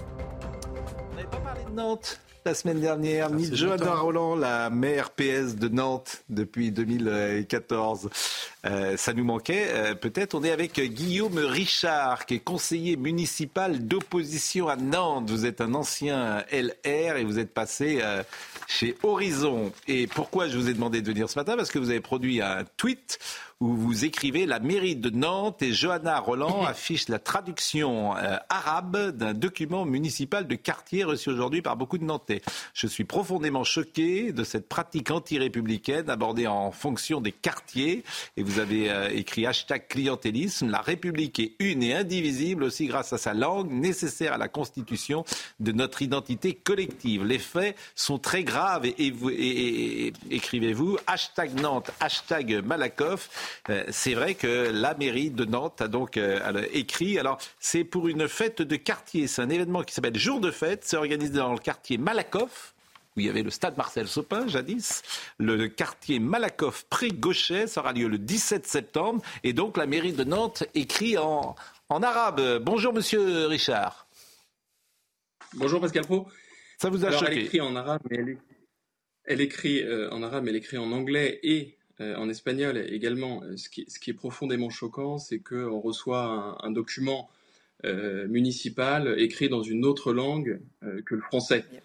Speaker 4: On n'avait pas parlé de Nantes la semaine dernière, ni de Johanna Roland, la maire PS de Nantes depuis 2014. Ça nous manquait. Peut-être on est avec Guillaume Richard, qui est conseiller municipal d'opposition à Nantes. Vous êtes un ancien LR et vous êtes passé chez Horizon. Et pourquoi je vous ai demandé de venir ce matin? Parce que vous avez produit un tweet où vous écrivez « La mairie de Nantes et Johanna Roland affichent la traduction arabe d'un document municipal de quartier reçu aujourd'hui par beaucoup de Nantais. Je suis profondément choqué de cette pratique anti-républicaine abordée en fonction des quartiers. » Et vous avez écrit hashtag clientélisme. La République est une et indivisible aussi grâce à sa langue, nécessaire à la constitution de notre identité collective. Les faits sont très graves et écrivez-vous hashtag Nantes, hashtag Malakoff. C'est vrai que la mairie de Nantes a donc écrit. Alors, c'est pour une fête de quartier. C'est un événement qui s'appelle Jour de fête. C'est organisé dans le quartier Malakoff, où il y avait le stade Marcel Sopin jadis. Le quartier Malakoff pré-Gauchet, ça aura lieu le 17 septembre. Et donc, la mairie de Nantes écrit en arabe. Bonjour, monsieur Richard.
Speaker 3: Bonjour, Pascal Praud.
Speaker 4: Ça vous a choqué?
Speaker 3: Elle écrit en arabe, mais elle écrit en arabe, mais elle écrit en anglais et en espagnol également. Ce qui est profondément choquant, c'est qu'on reçoit un document municipal écrit dans une autre langue que le français.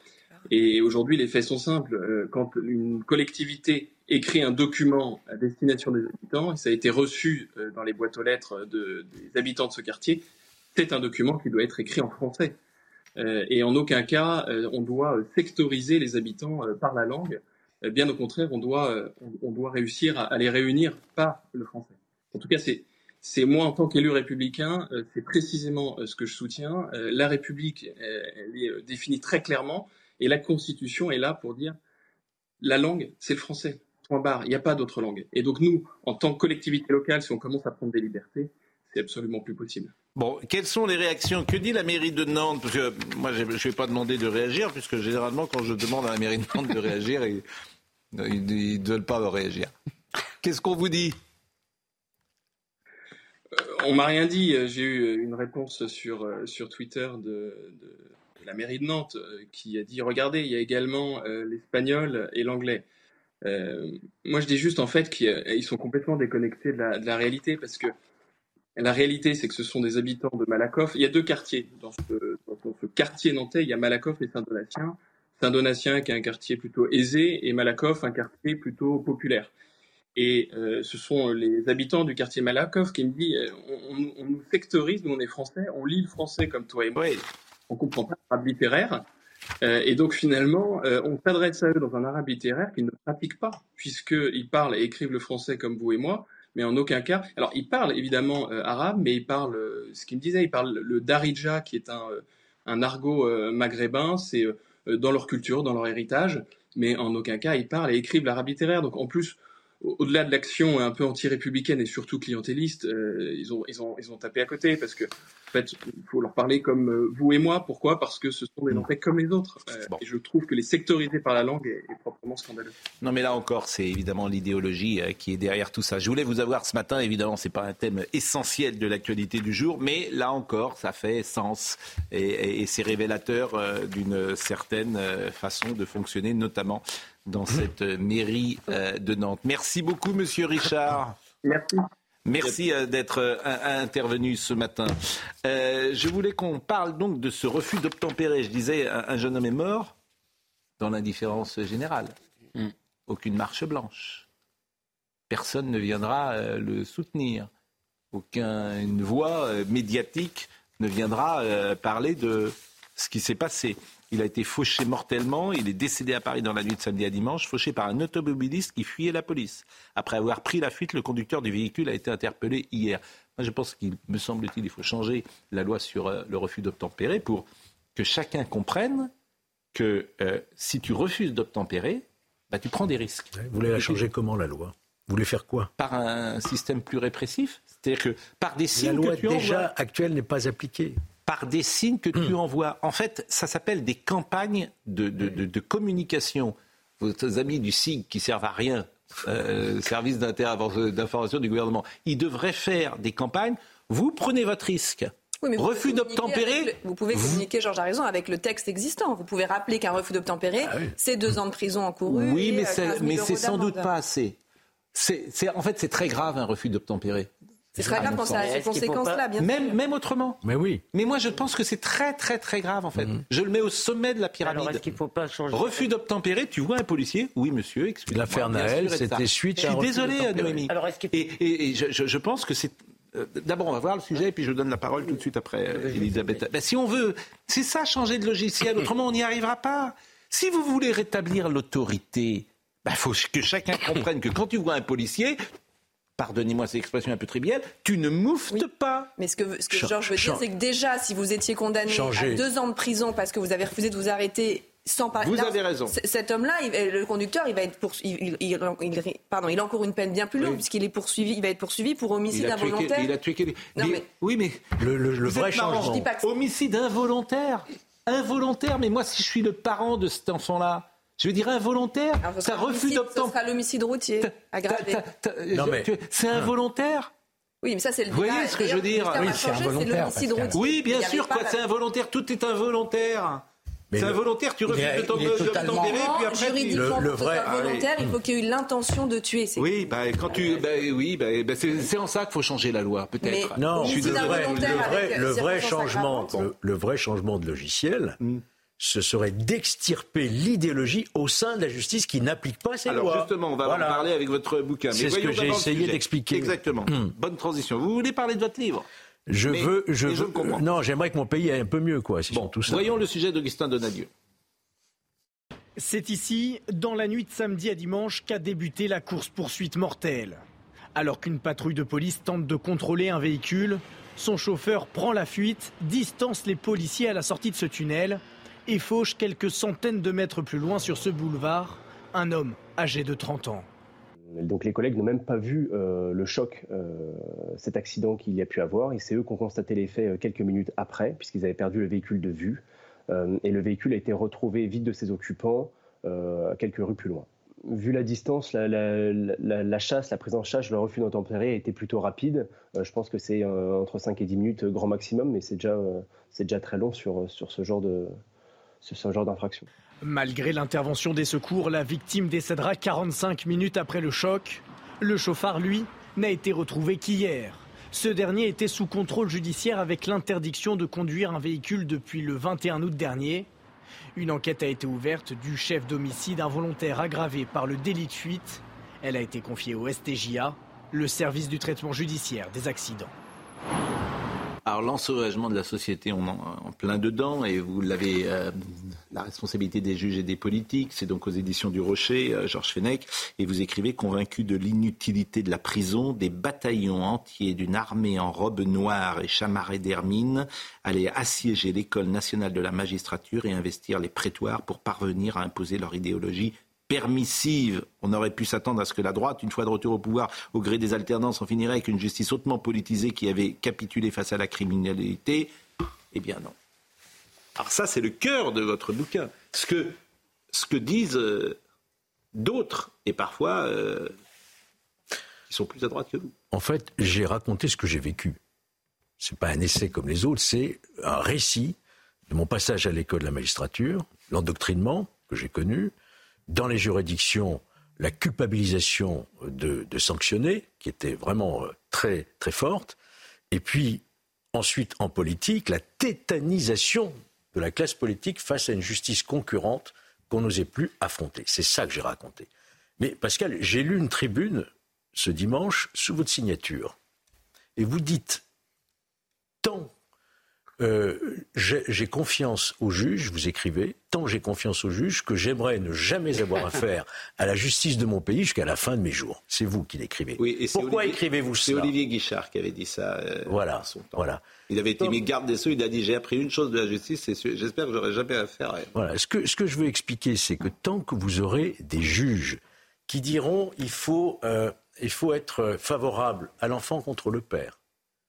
Speaker 3: Et aujourd'hui, les faits sont simples. Quand une collectivité écrit un document à destination des habitants, et ça a été reçu dans les boîtes aux lettres des habitants de ce quartier, c'est un document qui doit être écrit en français. Et en aucun cas, on doit sectoriser les habitants par la langue. Bien au contraire, on doit réussir à les réunir par le français. En tout cas, c'est moi, en tant qu'élu républicain, c'est précisément ce que je soutiens. La République, elle est définie très clairement, et la Constitution est là pour dire la langue, c'est le français. Point barre. Il n'y a pas d'autre langue. Et donc nous, en tant que collectivité locale, si on commence à prendre des libertés, c'est absolument plus possible.
Speaker 4: Bon, quelles sont les réactions ? Que dit la mairie de Nantes ? Parce que moi, je ne vais pas demander de réagir, puisque généralement, quand je demande à la mairie de Nantes de réagir, ils ne veulent pas réagir. Qu'est-ce qu'on vous dit ?
Speaker 3: On m'a rien dit. J'ai eu une réponse sur Twitter de la mairie de Nantes qui a dit « Regardez, il y a également l'espagnol et l'anglais ». Moi, je dis juste en fait qu'ils sont complètement déconnectés de la réalité, parce que la réalité, c'est que ce sont des habitants de Malakoff. Il y a deux quartiers. Dans ce quartier nantais, il y a Malakoff et Saint-Donatien. Saint-Donatien qui est un quartier plutôt aisé et Malakoff un quartier plutôt populaire. Et ce sont les habitants du quartier Malakoff qui me disent on nous sectorise, nous on est français, on lit le français comme toi et moi, on ne comprend pas l'arabe littéraire. Et donc finalement, on s'adresse à eux dans un arabe littéraire qu'ils ne pratiquent pas, puisqu'ils parlent et écrivent le français comme vous et moi, mais en aucun cas. Alors ils parlent évidemment arabe, mais ils parlent, ce qu'ils me disaient, ils parlent le darija, qui est un argot maghrébin, c'est dans leur culture, dans leur héritage, mais en aucun cas ils parlent et écrivent l'arabe littéraire. Donc en plus, au-delà de l'action un peu anti-républicaine et surtout clientéliste, ils ont tapé à côté, parce que en fait, il faut leur parler comme vous et moi. Pourquoi ? Parce que ce sont des Nantais comme les autres. Et je trouve que les sectoriser par la langue est proprement scandaleux.
Speaker 4: Non, mais là encore, c'est évidemment l'idéologie qui est derrière tout ça. Je voulais vous avoir ce matin, évidemment, c'est pas un thème essentiel de l'actualité du jour, mais là encore, ça fait sens et c'est révélateur d'une certaine façon de fonctionner, notamment dans cette mairie de Nantes. Merci beaucoup, Monsieur Richard.
Speaker 3: Merci.
Speaker 4: Merci d'être intervenu ce matin. Je voulais qu'on parle donc de ce refus d'obtempérer. Je disais, un jeune homme est mort dans l'indifférence générale. Aucune marche blanche. Personne ne viendra le soutenir. Aucune voix médiatique ne viendra parler de ce qui s'est passé. Il a été fauché mortellement. Il est décédé à Paris dans la nuit de samedi à dimanche, fauché par un automobiliste qui fuyait la police. Après avoir pris la fuite, le conducteur du véhicule a été interpellé hier. Moi, je pense qu'il me semble-t-il, il faut changer la loi sur le refus d'obtempérer pour que chacun comprenne que si tu refuses d'obtempérer, bah, tu prends des risques.
Speaker 6: Vous voulez la changer comment, la loi ? Vous voulez faire quoi ?
Speaker 4: Par un système plus répressif. C'est-à-dire que par des signes
Speaker 6: la loi
Speaker 4: que tu
Speaker 6: déjà
Speaker 4: envoies,
Speaker 6: actuelle n'est pas appliquée.
Speaker 4: Par des signes que tu envoies. En fait, ça s'appelle des campagnes de communication. Vos amis du SIG qui servent à rien, service d'information du gouvernement, ils devraient faire des campagnes. Vous prenez votre risque.
Speaker 17: Oui, mais
Speaker 4: refus d'obtempérer.
Speaker 17: Vous pouvez communiquer, Georges a raison, avec le texte existant. Vous pouvez rappeler qu'un refus d'obtempérer, c'est 2 ans de prison encourus.
Speaker 4: Oui, mais
Speaker 17: c'est
Speaker 4: c'est sans doute pas assez. En fait, c'est très grave un refus d'obtempérer.
Speaker 17: C'est très grave quand ça a ces conséquences-là, bien sûr.
Speaker 4: Même autrement.
Speaker 6: Mais oui.
Speaker 4: Mais moi, je pense que c'est très, très, très grave, en fait. Je le mets au sommet de la pyramide.
Speaker 15: Alors, est-ce qu'il ne faut pas changer ?
Speaker 4: Refus d'obtempérer, tu vois un policier ? Oui, monsieur, excusez-moi.
Speaker 6: L'affaire Naël, c'était suite à un refus
Speaker 4: d'obtempérer. Je suis désolé, Noémie.
Speaker 15: Alors, est-ce qu'il...
Speaker 4: Et je pense que c'est... D'abord, on va voir le sujet, et puis je donne la parole tout de suite après Elisabeth. Si on veut, c'est ça, changer de logiciel. Autrement, on n'y arrivera pas. Si vous voulez rétablir l'autorité, il faut que chacun comprenne que quand tu vois un policier... Pardonnez-moi cette expression un peu triviale, tu ne mouftes pas.
Speaker 17: Mais ce que Georges veut dire, c'est que déjà, si vous étiez condamné à 2 ans de prison parce que vous avez refusé de vous arrêter sans parler...
Speaker 4: Vous avez raison.
Speaker 17: Cet homme-là, le conducteur, il va être il encourt une peine bien plus lourde puisqu'il est poursuivi, il va être poursuivi pour homicide involontaire.
Speaker 4: Il a tué quelqu'un. Oui, mais
Speaker 6: le vrai changement.
Speaker 17: Je dis pas que
Speaker 4: homicide involontaire. Involontaire, mais moi, si je suis le parent de cet enfant-là, je veux dire involontaire, ça refuse d'obtempérer.
Speaker 17: Ce sera l'homicide routier aggravé.
Speaker 4: C'est involontaire.
Speaker 17: Oui, mais ça, c'est le
Speaker 4: débat. Vous voyez ce que je veux dire ?
Speaker 6: Oui, c'est involontaire.
Speaker 4: Oui, bien sûr, c'est involontaire. Tout est involontaire. C'est involontaire, tu refuses d'obtempérer, puis après...
Speaker 17: Juridiquement, pour que ce soit volontaire, il faut qu'il y ait eu l'intention de tuer.
Speaker 4: Oui, c'est en ça qu'il faut changer la loi, peut-être.
Speaker 6: Non, le vrai changement de logiciel,
Speaker 18: ce serait d'extirper l'idéologie au sein de la justice qui n'applique pas ces lois.
Speaker 4: Alors justement, on va en parler avec votre bouquin.
Speaker 18: C'est ce que j'ai essayé d'expliquer.
Speaker 4: Exactement. Bonne transition. Vous voulez parler de votre livre ?
Speaker 18: Non, j'aimerais que mon pays aille un peu mieux, quoi. Tout ça.
Speaker 4: Voyons le sujet d'Augustin Donadieu.
Speaker 2: C'est ici, dans la nuit de samedi à dimanche, qu'a débuté la course-poursuite mortelle. Alors qu'une patrouille de police tente de contrôler un véhicule, son chauffeur prend la fuite, distance les policiers à la sortie de ce tunnel et fauche quelques centaines de mètres plus loin sur ce boulevard un homme âgé de 30 ans.
Speaker 22: Donc les collègues n'ont même pas vu le choc, cet accident qu'il y a pu avoir. Et c'est eux qui ont constaté les faits quelques minutes après, puisqu'ils avaient perdu le véhicule de vue. Et le véhicule a été retrouvé vide de ses occupants quelques rues plus loin. Vu la distance, la chasse, la prise en charge, le refus d'obtempérer a été plutôt rapide. Je pense que c'est entre 5 et 10 minutes grand maximum, mais c'est déjà très long sur ce genre d'infraction.
Speaker 2: Malgré l'intervention des secours, la victime décédera 45 minutes après le choc. Le chauffard, lui, n'a été retrouvé qu'hier. Ce dernier était sous contrôle judiciaire avec l'interdiction de conduire un véhicule depuis le 21 août dernier. Une enquête a été ouverte du chef d'homicide involontaire aggravé par le délit de fuite. Elle a été confiée au STJA, le service du traitement judiciaire des accidents.
Speaker 4: Alors l'ensauvagement de la société, on est en plein dedans et vous l'avez, la responsabilité des juges et des politiques, c'est donc aux éditions du Rocher, Georges Fenech, et vous écrivez: convaincu de l'inutilité de la prison, des bataillons entiers d'une armée en robe noire et chamarrée d'hermine allaient assiéger l'école nationale de la magistrature et investir les prétoires pour parvenir à imposer leur idéologie permissive. On aurait pu s'attendre à ce que la droite, une fois de retour au pouvoir, au gré des alternances, en finirait avec une justice hautement politisée qui avait capitulé face à la criminalité. Eh bien non. Alors ça, c'est le cœur de votre bouquin. Ce que disent d'autres, et parfois, qui sont plus à droite que vous.
Speaker 18: En fait, j'ai raconté ce que j'ai vécu. C'est pas un essai comme les autres, c'est un récit de mon passage à l'école de la magistrature, l'endoctrinement que j'ai connu, dans les juridictions, la culpabilisation de sanctionner, qui était vraiment très, très forte. Et puis, ensuite, en politique, la tétanisation de la classe politique face à une justice concurrente qu'on n'osait plus affronter. C'est ça que j'ai raconté. Mais Pascal, j'ai lu une tribune ce dimanche sous votre signature. Et vous dites, tant j'ai confiance aux juges, vous écrivez, tant j'ai confiance aux juges que j'aimerais ne jamais avoir affaire à la justice de mon pays jusqu'à la fin de mes jours. C'est vous qui l'écrivez.
Speaker 4: Oui, et
Speaker 18: pourquoi écrivez-vous ça ?
Speaker 4: C'est Olivier Guichard qui avait dit ça
Speaker 18: voilà,
Speaker 4: en son temps.
Speaker 18: Voilà.
Speaker 4: Il avait été mis garde des Sceaux, il a dit: j'ai appris une chose de la justice, j'espère que j'aurai jamais affaire à elle.
Speaker 18: Voilà. Ce que je veux expliquer, c'est que tant que vous aurez des juges qui diront il faut être favorable à l'enfant contre le père,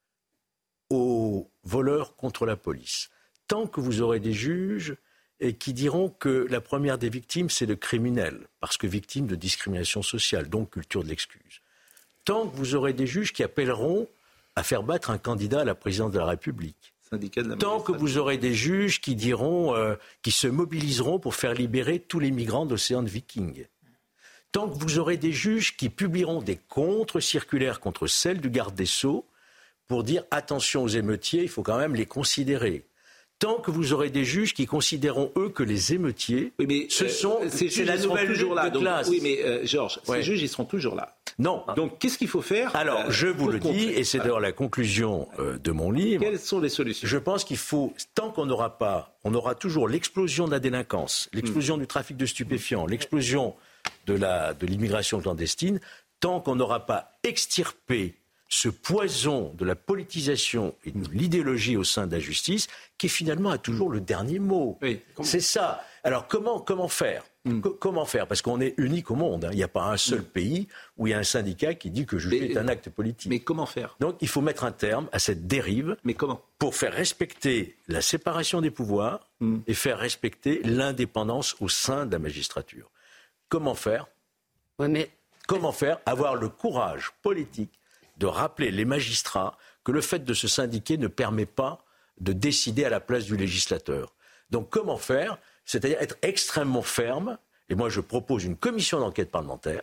Speaker 18: aux voleurs contre la police. Tant que vous aurez des juges qui diront que la première des victimes, c'est le criminel, parce que victime de discrimination sociale, donc culture de l'excuse. Tant que vous aurez des juges qui appelleront à faire battre un candidat à la présidence de la République. Tant que vous aurez des juges qui diront, qui se mobiliseront pour faire libérer tous les migrants d'Océan Viking. Tant que vous aurez des juges qui publieront des contre-circulaires contre celles du garde des Sceaux, pour dire attention aux émeutiers, il faut quand même les considérer. Tant que vous aurez des juges qui considéreront, eux, que les émeutiers, c'est la nouvelle lutte de classe.
Speaker 4: Oui, mais Georges, ces juges, ils seront toujours là.
Speaker 18: Non.
Speaker 4: Donc, qu'est-ce qu'il faut faire ?
Speaker 18: Alors, je vous le dis, et c'est d'ailleurs la conclusion de mon livre.
Speaker 4: Quelles sont les solutions ?
Speaker 18: Je pense qu'il faut, tant qu'on n'aura pas, on aura toujours l'explosion de la délinquance, l'explosion du trafic de stupéfiants, l'explosion de l'immigration clandestine, tant qu'on n'aura pas extirpé ce poison de la politisation et de l'idéologie au sein de la justice, qui finalement a toujours le dernier mot. Oui, c'est ça. Alors comment faire ? Comment faire ? Parce qu'on est unique au monde. Il n'y a pas un seul pays où il y a un syndicat qui dit que juger est un acte politique.
Speaker 4: Mais comment faire ?
Speaker 18: Donc il faut mettre un terme à cette dérive.
Speaker 4: Mais comment ?
Speaker 18: Pour faire respecter la séparation des pouvoirs et faire respecter l'indépendance au sein de la magistrature. Comment faire ? Comment faire ? Avoir le courage politique de rappeler les magistrats que le fait de se syndiquer ne permet pas de décider à la place du législateur. Donc comment faire ? C'est-à-dire être extrêmement ferme, et moi je propose une commission d'enquête parlementaire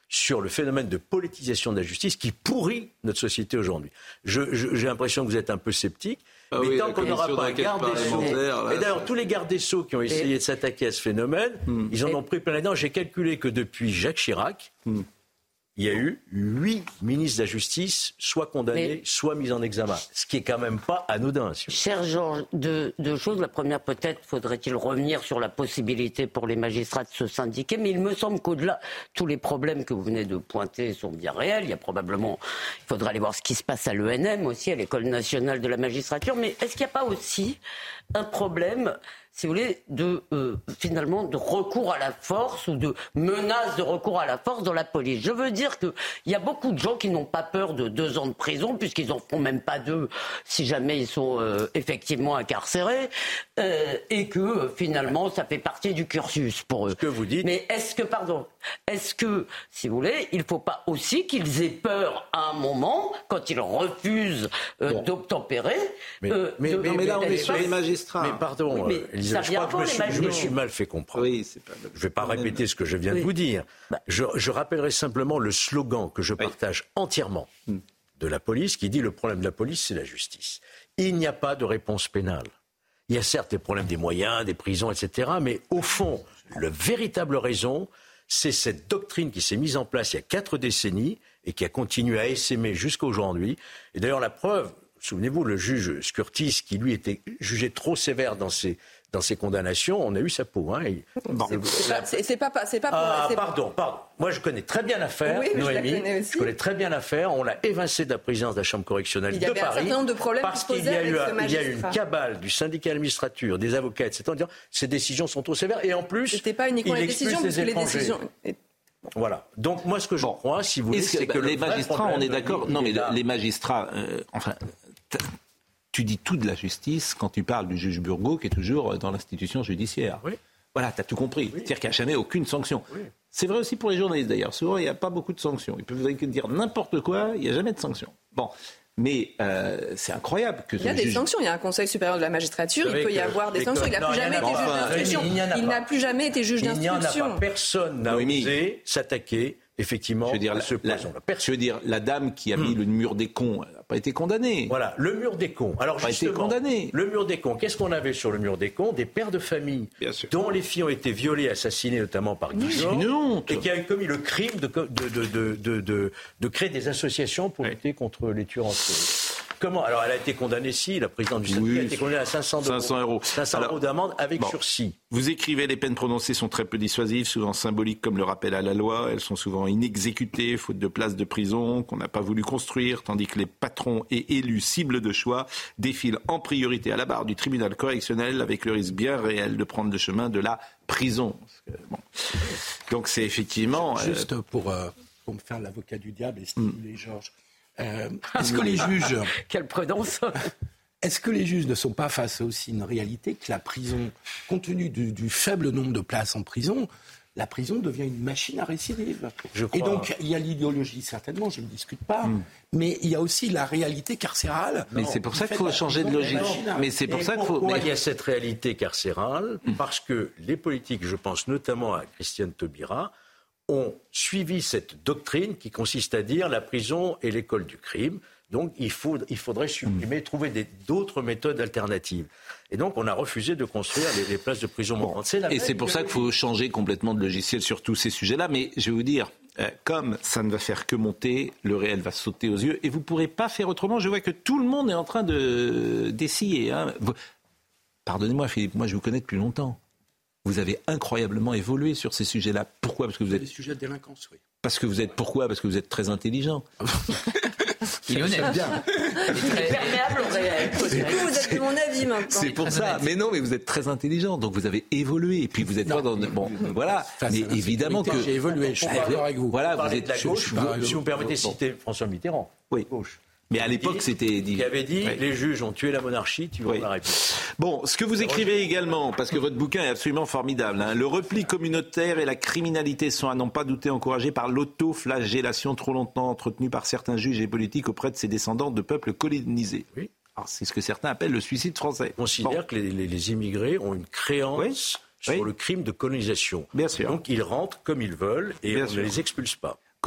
Speaker 6: sur le phénomène de politisation de la justice qui pourrit notre société aujourd'hui. J'ai l'impression que vous êtes un peu sceptique. Mais tant qu'on n'aura pas un garde des Sceaux, et d'ailleurs tous les gardes des Sceaux qui ont essayé de s'attaquer à ce phénomène, ils en ont pris plein les dents. J'ai calculé que depuis Jacques Chirac, il y a eu 8 ministres de la Justice, soit condamnés, soit mis en examen. Ce qui est quand même pas anodin.
Speaker 15: Cher Georges, deux choses. La première, peut-être faudrait-il revenir sur la possibilité pour les magistrats de se syndiquer. Mais il me semble qu'au-delà, tous les problèmes que vous venez de pointer sont bien réels. Il y a probablement, il faudra aller voir ce qui se passe à l'ENM aussi, à l'École nationale de la magistrature. Mais est-ce qu'il n'y a pas aussi un problème, si vous voulez, finalement, de recours à la force ou de menace de recours à la force dans la police? Je veux dire qu'il y a beaucoup de gens qui n'ont pas peur de 2 ans de prison, puisqu'ils n'en feront même pas 2 si jamais ils sont effectivement incarcérés, et que finalement, ça fait partie du cursus pour eux.
Speaker 6: Ce que vous dites.
Speaker 15: Mais est-ce que, si vous voulez, il ne faut pas aussi qu'ils aient peur à un moment, quand ils refusent d'obtempérer?
Speaker 6: Mais là, on est sur les magistrats. Mais pardon,
Speaker 15: oui, mais
Speaker 6: Elisa, je crois que je me suis mal fait comprendre. Oui, je ne vais pas répéter ce que je viens de vous dire. Je rappellerai simplement le slogan que je partage entièrement de la police, qui dit le problème de la police, c'est la justice. Il n'y a pas de réponse pénale. Il y a certes les problèmes des moyens, des prisons, etc. Mais au fond, la véritable raison, c'est cette doctrine qui s'est mise en place il y a 4 décennies et qui a continué à essaimer jusqu'à aujourd'hui. Et d'ailleurs, la preuve, souvenez-vous, le juge Skurtis, qui lui était jugé trop sévère dans ses condamnations, on a eu sa peau. Hein. Pardon. Moi, je connais très bien l'affaire, Noémie. Je connais très bien l'affaire. On l'a évincé de la présidence de la Chambre correctionnelle de Paris.
Speaker 17: Il y avait un certain nombre de problèmes
Speaker 6: parce qu'il y a eu une cabale du syndicat d'administrature, des avocats, etc. en disant ces décisions sont trop sévères. Et en plus,
Speaker 17: c'était pas uniquement les décisions, parce que les décisions.
Speaker 6: Voilà. Donc moi, ce que je crois, si vous voulez, c'est que
Speaker 4: les magistrats, on est d'accord. Non, mais les magistrats, tu dis tout de la justice quand tu parles du juge Burgot qui est toujours dans l'institution judiciaire. Oui. Voilà, tu as tout compris. Oui. C'est-à-dire qu'il n'y a jamais aucune sanction. Oui. C'est vrai aussi pour les journalistes d'ailleurs. Souvent, il n'y a pas beaucoup de sanctions. Ils peuvent dire n'importe quoi, il n'y a jamais de sanctions. Bon. Mais c'est incroyable que ce juge...
Speaker 17: Il y a des sanctions. Il y a un Conseil supérieur de la magistrature. Il peut y avoir des sanctions. Il n'a plus jamais été juge d'instruction. Il n'a plus jamais été juge d'instruction.
Speaker 6: Il n'y en a pas. Personne n'a osé s'attaquer, effectivement, à ce poison.
Speaker 4: Je veux dire, la dame qui a mis le mur des cons, elle n'a pas été condamnée.
Speaker 6: Voilà, le mur des cons. Alors justement, le mur des cons, qu'est-ce qu'on avait sur le mur des cons? Des pères de famille dont les filles ont été violées, assassinées notamment par Guillaume, et qui avaient commis le crime de créer des associations pour lutter contre les tueurs en série. Comment? Alors, elle a été condamnée, la présidente du syndicat a été condamnée à 500 euros. 500 euros d'amende avec sursis.
Speaker 4: Vous écrivez, les peines prononcées sont très peu dissuasives, souvent symboliques comme le rappel à la loi. Elles sont souvent inexécutées, faute de places de prison qu'on n'a pas voulu construire, tandis que les patrons et élus cibles de choix défilent en priorité à la barre du tribunal correctionnel avec le risque bien réel de prendre le chemin de la prison. Donc c'est effectivement...
Speaker 18: Juste pour me faire l'avocat du diable et stimuler Georges. Est-ce que les juges...
Speaker 15: Quelle prudence!
Speaker 18: Est-ce que les juges ne sont pas face à aussi une réalité que la prison, compte tenu du faible nombre de places en prison, la prison devient une machine à récidive. Et donc, il y a l'idéologie, certainement, je ne discute pas, mais il y a aussi la réalité carcérale.
Speaker 4: Mais c'est pour ça qu'il faut changer de logique. Mais c'est pour ça qu'il faut...
Speaker 6: Pourquoi il y a cette réalité carcérale? Parce que les politiques, je pense notamment à Christiane Taubira, ont suivi cette doctrine qui consiste à dire la prison est l'école du crime. Donc il faudrait supprimer, trouver d'autres méthodes alternatives. Et donc on a refusé de construire les places de prison montantes.
Speaker 4: Et c'est pour ça qu'il faut changer complètement de logiciel sur tous ces sujets-là. Mais je vais vous dire, comme ça ne va faire que monter, le réel va sauter aux yeux et vous ne pourrez pas faire autrement. Je vois que tout le monde est en train d'essayer. Hein. Pardonnez-moi Philippe, moi je vous connais depuis longtemps. Vous avez incroyablement évolué sur ces sujets-là. Pourquoi? Parce que vous êtes...
Speaker 18: Les sujets de délinquance, oui.
Speaker 4: Pourquoi? Parce que vous êtes très intelligent.
Speaker 12: Il est honnête.
Speaker 15: Bien. Il est perméable au réel.
Speaker 17: Du coup, vous êtes de mon avis maintenant.
Speaker 4: C'est pour ça. Honnête. Mais non, mais vous êtes très intelligent. Donc vous avez évolué. Et puis vous êtes pas dans... Bon, voilà. Mais évidemment que...
Speaker 18: J'ai évolué. Je suis d'accord avec vous.
Speaker 6: Voilà, vous êtes... de la gauche, si vous permettez de citer François Mitterrand.
Speaker 4: Oui. Gauche. Mais à l'époque, c'était dit.
Speaker 6: Qui avait dit, les juges ont tué la monarchie, tu vois la République.
Speaker 4: Bon, ce que vous écrivez également, parce que votre bouquin est absolument formidable, le repli communautaire et la criminalité sont à n'en pas douter encouragés par l'autoflagellation trop longtemps entretenue par certains juges et politiques auprès de ces descendants de peuples colonisés. Oui. Alors, c'est ce que certains appellent le suicide français.
Speaker 6: On considère que les immigrés ont une créance sur le crime de colonisation.
Speaker 4: Bien sûr.
Speaker 6: Donc ils rentrent comme ils veulent et on ne les expulse pas.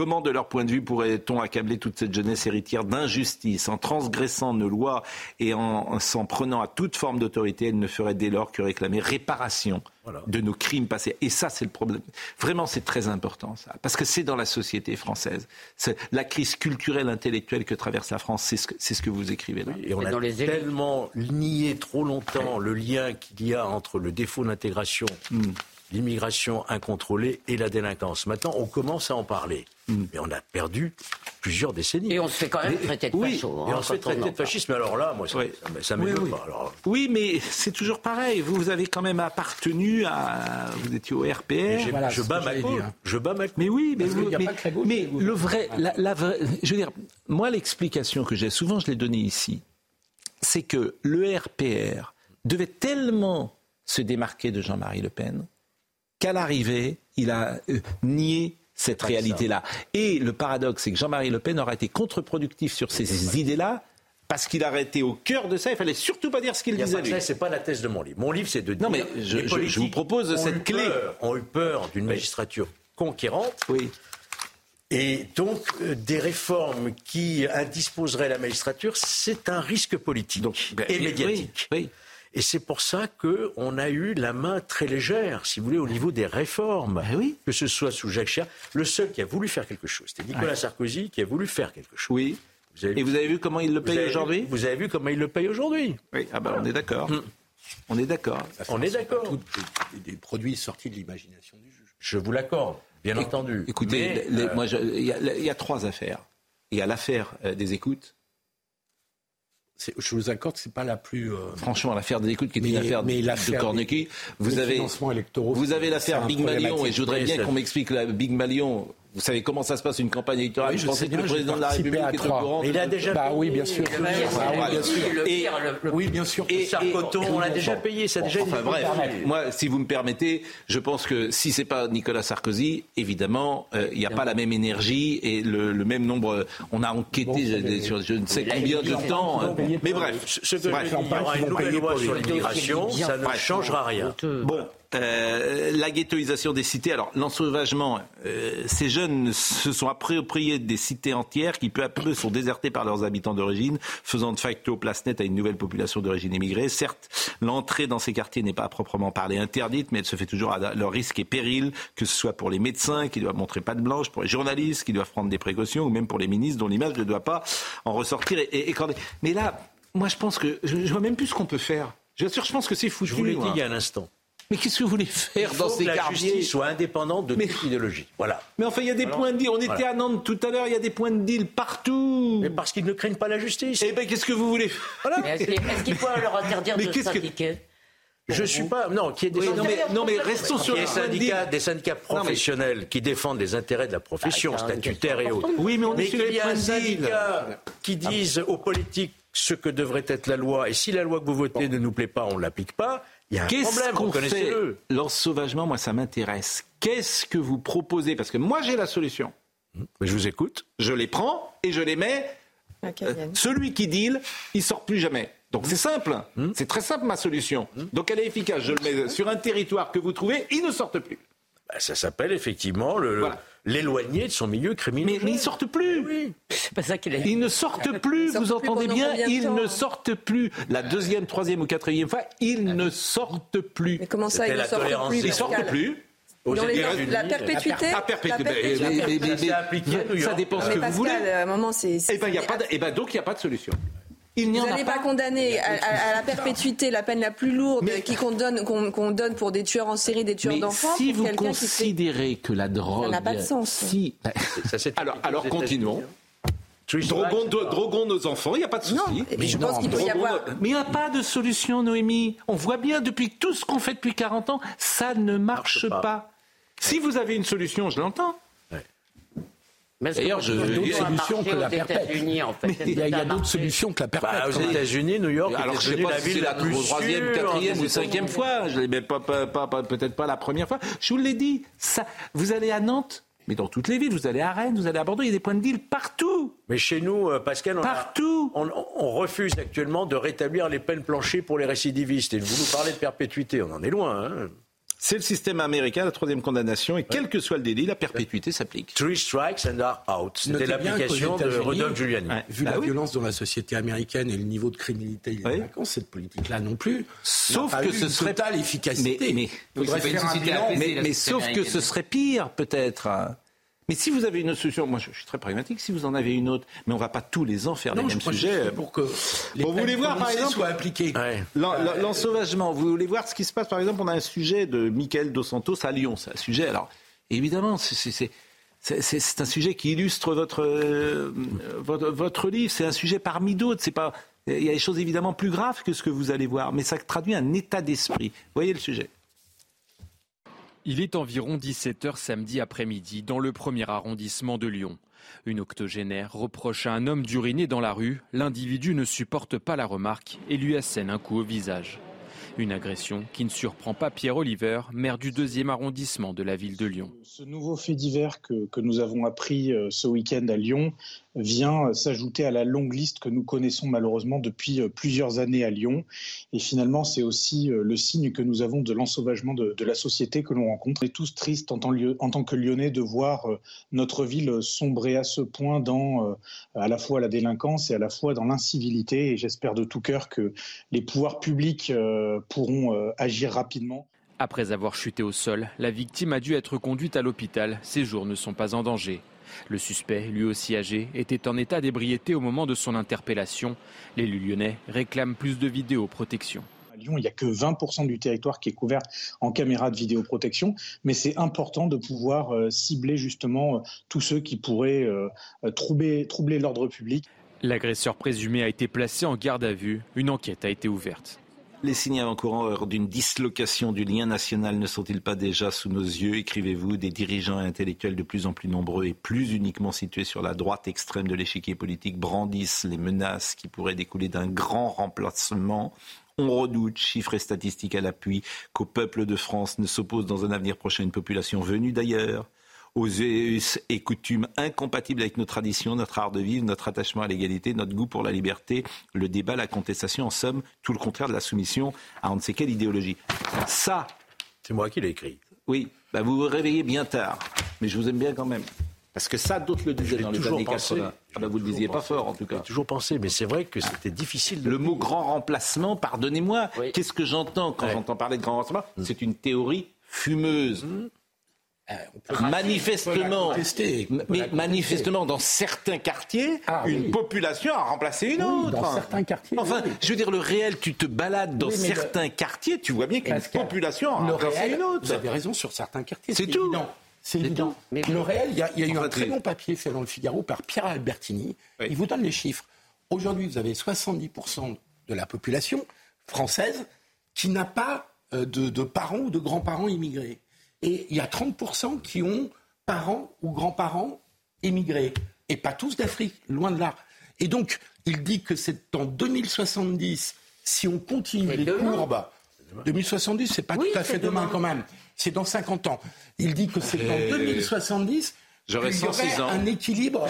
Speaker 4: Comment, de leur point de vue, pourrait-on accabler toute cette jeunesse héritière d'injustice? En transgressant nos lois et en s'en prenant à toute forme d'autorité, elle ne ferait dès lors que réclamer réparation de nos crimes passés. Et ça, c'est le problème. Vraiment, c'est très important, ça. Parce que c'est dans la société française. C'est la crise culturelle, intellectuelle que traverse la France, c'est ce que vous écrivez là.
Speaker 6: Oui, et on a tellement nié trop longtemps le lien qu'il y a entre le défaut d'intégration, l'immigration incontrôlée et la délinquance. Maintenant, on commence à en parler. Mais on a perdu plusieurs décennies.
Speaker 15: Et on se fait quand même traiter de facho.
Speaker 6: Et on se fait traiter de fascisme. Mais alors là, moi, ça m'émeut pas. Alors...
Speaker 4: Oui, mais c'est toujours pareil. Vous avez quand même appartenu à... Vous étiez au RPR.
Speaker 6: Je bats ma cause. Je bats ma cause.
Speaker 4: Mais oui, mais le vrai... je veux dire, moi, l'explication que j'ai, souvent je l'ai donnée ici, c'est que le RPR devait tellement se démarquer de Jean-Marie Le Pen qu'à l'arrivée, il a nié cette réalité-là. Et le paradoxe, c'est que Jean-Marie Le Pen aurait été contre-productif sur ces idées-là parce qu'il aurait été au cœur de ça. Il ne fallait surtout pas dire ce qu'il disait.
Speaker 6: Ce n'est pas la thèse de mon livre. Mon livre, c'est de dire...
Speaker 4: Non, mais je vous propose cette clé.
Speaker 6: Ont eu peur d'une magistrature conquérante.
Speaker 4: Oui.
Speaker 6: Et donc, des réformes qui indisposeraient la magistrature, c'est un risque politique et médiatique.
Speaker 4: Oui.
Speaker 6: Et c'est pour ça qu'on a eu la main très légère, si vous voulez, au niveau des réformes. Que ce soit sous Jacques Chirac. Le seul qui a voulu faire quelque chose, c'était Nicolas Sarkozy qui a voulu faire quelque chose.
Speaker 4: Oui. Vous avez vu comment il le paye aujourd'hui ?
Speaker 6: Vous avez vu comment il le paye aujourd'hui ?
Speaker 4: Oui, on est d'accord. On est d'accord.
Speaker 6: On est d'accord.
Speaker 18: Des produits sortis de l'imagination du juge.
Speaker 6: Je vous l'accorde, bien entendu.
Speaker 4: Écoutez, il y a 3 affaires. Il y a l'affaire des écoutes.
Speaker 18: Je vous accorde, c'est pas la plus.
Speaker 4: Franchement, l'affaire des écoutes qui est une affaire de Cornecky. Vous avez l'affaire Big Malion, et je voudrais bien qu'on m'explique la Big Malion. Vous savez comment ça se passe une campagne électorale? Je pensais que le président de la République était au courant.
Speaker 6: Il a déjà
Speaker 18: oui, bien sûr. Oui, bien sûr.
Speaker 6: Et Sarkoton, on l'a déjà payé, ça a déjà été.
Speaker 4: Bref, moi, si vous me permettez, je pense que si c'est pas Nicolas Sarkozy, évidemment, il n'y a pas la même énergie et le même nombre. On a enquêté sur je ne sais combien de temps. Mais bref,
Speaker 6: ce que il y aura une nouvelle loi sur l'immigration, ça ne changera rien.
Speaker 4: Bon. La ghettoisation des cités. Alors, l'ensauvagement, ces jeunes se sont appropriés des cités entières qui, peu à peu, sont désertées par leurs habitants d'origine, faisant de facto place nette à une nouvelle population d'origine immigrée. Certes, l'entrée dans ces quartiers n'est pas à proprement parler interdite, mais elle se fait toujours à leur risque et péril, que ce soit pour les médecins qui doivent montrer patte blanche, pour les journalistes qui doivent prendre des précautions, ou même pour les ministres dont l'image ne doit pas en ressortir écornée. Mais là, moi, je pense que je vois même plus ce qu'on peut faire. Je pense que c'est foutu.
Speaker 6: Je vous l'ai dit il y a un instant.
Speaker 4: Mais qu'est-ce que vous voulez faire dans ces quartiers ?
Speaker 6: La justice soit indépendante de toute idéologie. Voilà.
Speaker 4: Mais enfin, il y a des points de deal. On était à Nantes tout à l'heure, il y a des points de deal partout.
Speaker 6: Mais parce qu'ils ne craignent pas la justice.
Speaker 4: Eh bien, qu'est-ce que vous voulez faire ?
Speaker 15: Voilà. Est-ce qu'il faut leur interdire de syndiquer ?
Speaker 6: Je suis pas. Non, qui est des
Speaker 4: non, mais restons sur les syndicats.
Speaker 6: Des syndicats professionnels qui défendent les intérêts de la profession, statutaires et autres.
Speaker 4: Oui, mais on est sur les
Speaker 6: points de deal. Il y a un syndicat qui disent aux politiques ce que devrait être la loi. Et si la loi que vous votez ne nous plaît pas, on ne l'applique pas. Il y a un problème,
Speaker 4: qu'on fait l'ensauvagement, moi ça m'intéresse. Qu'est-ce que vous proposez ? Parce que moi j'ai la solution.
Speaker 6: Mais je vous écoute.
Speaker 4: Je les prends et je les mets. Celui qui deal, il sort plus jamais. Donc c'est simple. C'est très simple ma solution. Donc elle est efficace. Je le mets sur un territoire que vous trouvez, il ne sortent plus.
Speaker 6: Ça s'appelle effectivement l'éloigner de son milieu criminel.
Speaker 4: Mais ils ne sortent plus.
Speaker 15: Oui. C'est pas ça qu'il a dit.
Speaker 4: Ils ne sortent plus, vous entendez bien, ils ne sortent plus. La 2e, 3e ou 4e fois, ils ne sortent plus.
Speaker 17: Mais comment ça, ils ne sortent plus ?
Speaker 4: Ils ne sortent plus.
Speaker 17: La perpétuité.
Speaker 4: Ça dépend ce que vous voulez.
Speaker 17: À un moment, c'est.
Speaker 4: Donc il n'y a pas de solution.
Speaker 17: Vous n'allez pas condamner à la perpétuité la peine la plus lourde qu'on donne pour des tueurs en série, des tueurs d'enfants.
Speaker 4: Si vous considérez que la drogue,
Speaker 17: ça n'a pas de sens.
Speaker 4: Alors continuons. Droguons nos enfants, il n'y a pas de souci.
Speaker 17: Non, mais je pense qu'il peut y avoir.
Speaker 4: Mais il n'y a pas de solution, Noémie. On voit bien depuis tout ce qu'on fait depuis 40 ans, ça ne marche pas. Si vous avez une solution, je l'entends.
Speaker 18: D'ailleurs, il y a d'autres solutions que la perpète. Il y a d'autres solutions que la perpète.
Speaker 6: Aux États-Unis, New York,
Speaker 4: alors je ne sais pas si c'est la 3e, 4e ou 5e fois. Je ne l'ai peut-être pas la première fois. Je vous l'ai dit. Ça, vous allez à Nantes, mais dans toutes les villes, vous allez à Rennes, vous allez à Bordeaux, il y a des points de deal partout.
Speaker 6: Mais chez nous, Pascal, on refuse actuellement de rétablir les peines planchées pour les récidivistes. Et vous nous parlez de perpétuité, on en est loin.
Speaker 4: C'est le système américain, la troisième condamnation, et quel que soit le délit, la perpétuité s'applique.
Speaker 6: 3 strikes and are out. C'était l'application de Rudolph Giuliani.
Speaker 18: Vu la violence dans la société américaine et le niveau de criminalité et de délinquance, cette politique-là non plus.
Speaker 4: Sauf que ce serait
Speaker 18: totale efficacité.
Speaker 4: Mais sauf que ce serait pire, peut-être. Mais si vous avez une autre solution, moi je suis très pragmatique, si vous en avez une autre, mais on ne va pas tous les ans faire les mêmes sujets.
Speaker 18: Pour que les
Speaker 4: vous voulez voir, par exemple,
Speaker 18: soient appliqués.
Speaker 4: L'ensauvagement, vous voulez voir ce qui se passe, par exemple, on a un sujet de Michael Dos Santos à Lyon, c'est un sujet, alors évidemment, c'est un sujet qui illustre votre livre, c'est un sujet parmi d'autres, c'est pas, il y a des choses évidemment plus graves que ce que vous allez voir, mais ça traduit un état d'esprit. Voyez le sujet.
Speaker 19: Il est environ 17h samedi après-midi dans le 1er arrondissement de Lyon. Une octogénaire reproche à un homme d'uriner dans la rue. L'individu ne supporte pas la remarque et lui assène un coup au visage. Une agression qui ne surprend pas Pierre Oliver, maire du 2e arrondissement de la ville de Lyon.
Speaker 10: Ce nouveau fait divers que nous avons appris ce week-end à Lyon vient s'ajouter à la longue liste que nous connaissons malheureusement depuis plusieurs années à Lyon. Et finalement, c'est aussi le signe que nous avons de l'ensauvagement de la société que l'on rencontre. On est tous tristes en tant que Lyonnais de voir notre ville sombrer à ce point dans à la fois la délinquance et à la fois dans l'incivilité. Et j'espère de tout cœur que les pouvoirs publics pourront agir rapidement.
Speaker 19: Après avoir chuté au sol, la victime a dû être conduite à l'hôpital. Ses jours ne sont pas en danger. Le suspect, lui aussi âgé, était en état d'ébriété au moment de son interpellation. L'élu lyonnais réclame plus de vidéoprotection.
Speaker 10: À Lyon, il n'y a que 20% du territoire qui est couvert en caméras de vidéoprotection, mais c'est important de pouvoir cibler justement tous ceux qui pourraient troubler l'ordre public.
Speaker 19: L'agresseur présumé a été placé en garde à vue. Une enquête a été ouverte.
Speaker 4: Les signes avant-coureurs d'une dislocation du lien national ne sont-ils pas déjà sous nos yeux? Écrivez-vous, des dirigeants et intellectuels de plus en plus nombreux et plus uniquement situés sur la droite extrême de l'échiquier politique brandissent les menaces qui pourraient découler d'un grand remplacement. On redoute, chiffres et statistiques à l'appui, qu'au peuple de France ne s'oppose dans un avenir prochain une population venue d'ailleurs, aux us et coutumes incompatibles avec nos traditions, notre art de vivre, notre attachement à l'égalité, notre goût pour la liberté, le débat, la contestation, en somme, tout le contraire de la soumission à on ne sait quelle idéologie. Ça,
Speaker 6: c'est moi qui l'ai écrit.
Speaker 4: Oui, vous vous réveillez bien tard, mais je vous aime bien quand même. Parce que ça, d'autres le disaient dans les années 80. Vous ne le disiez pas fort, en tout cas.
Speaker 6: J'ai toujours pensé, mais c'est vrai que c'était difficile.
Speaker 4: Le mot grand remplacement, pardonnez-moi, qu'est-ce que j'entends quand j'entends parler de grand remplacement? C'est une théorie fumeuse. Manifestement, dans certains quartiers, une population a remplacé une autre.
Speaker 18: Dans certains quartiers.
Speaker 4: Enfin, je veux dire, le réel, tu te balades dans certains quartiers, tu vois bien qu'une population a remplacé une autre.
Speaker 18: Vous avez raison sur certains quartiers.
Speaker 4: C'est tout.
Speaker 18: Évident. C'est évident. Mais le réel, il y a eu un très bon papier fait dans le Figaro par Pierre Albertini. Oui. Il vous donne les chiffres. Aujourd'hui, vous avez 70% de la population française qui n'a pas de parents ou de grands-parents immigrés. Et il y a 30% qui ont parents ou grands-parents émigrés. Et pas tous d'Afrique, loin de là. Et donc, il dit que c'est en 2070, si on continue les courbes... 2070, c'est pas tout à fait demain quand même. C'est dans 50 ans. Il dit que c'est en 2070 qu'il y aurait un équilibre,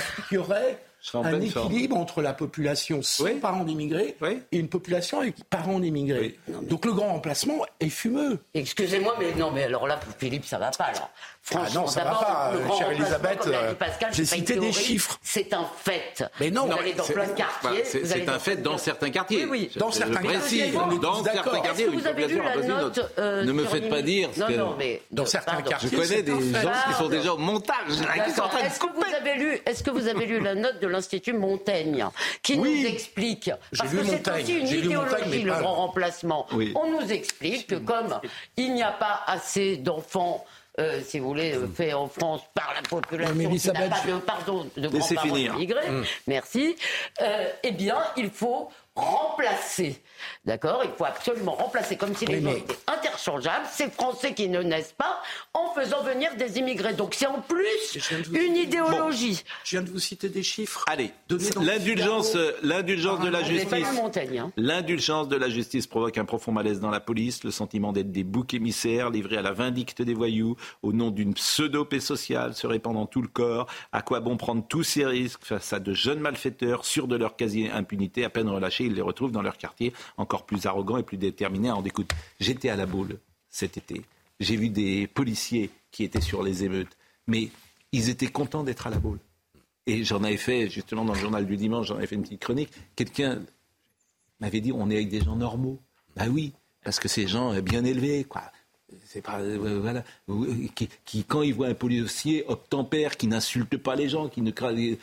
Speaker 18: entre la population sans parents d'immigrés et une population avec parents d'immigrés. Donc le grand remplacement est fumeux.
Speaker 15: Excusez-moi, mais alors là, pour Philippe, ça va pas. Là. Franchement,
Speaker 18: non, ça va pas, chère Elisabeth. J'ai cité des chiffres.
Speaker 15: C'est un fait.
Speaker 18: Mais non,
Speaker 15: vous allez dans plein de quartiers.
Speaker 4: C'est un fait dans certains quartiers.
Speaker 15: Oui.
Speaker 18: Dans certains quartiers.
Speaker 4: Dans certains quartiers,
Speaker 15: vous avez lu la note
Speaker 4: ne me faites pas dire.
Speaker 15: Non, mais
Speaker 18: dans certains quartiers.
Speaker 4: Je connais des gens qui sont déjà au montage, qui sont en train de couper.
Speaker 15: Est-ce que vous avez lu la note de l'Institut Montaigne qui nous explique, parce que c'est aussi une idéologie, le grand remplacement. On nous explique que comme il n'y a pas assez d'enfants, si vous voulez, fait en France par la population qui n'a pas de grands-parents immigrés, merci, eh bien, il faut remplacer. D'accord ? Il faut absolument remplacer, comme si les gens étaient interchangeables, ces Français qui ne naissent pas, en faisant venir des immigrés. Donc c'est en plus une idéologie.
Speaker 18: Bon, je viens de vous citer des chiffres.
Speaker 4: Allez, l'indulgence de la justice.
Speaker 15: L'indulgence
Speaker 4: de la justice provoque un profond malaise dans la police, le sentiment d'être des boucs émissaires livrés à la vindicte des voyous, au nom d'une pseudo-paix sociale se répand dans tout le corps. À quoi bon prendre tous ces risques face à de jeunes malfaiteurs, sûrs de leur quasi-impunité, à peine relâchés, ils les retrouvent dans leur quartier, encore plus arrogants et plus déterminés à en découdre. J'étais à La Baule cet été. j'ai vu des policiers qui étaient sur les émeutes, mais ils étaient contents d'être à la Baule. Et j'en avais fait, justement, dans le journal du dimanche, j'en avais fait une petite chronique. Quelqu'un m'avait dit, on est avec des gens normaux. Ben oui, parce que c'est des gens bien élevés, quoi. C'est pas, voilà, qui, quand ils voient un policier obtempère, qui n'insulte pas les gens, qui ne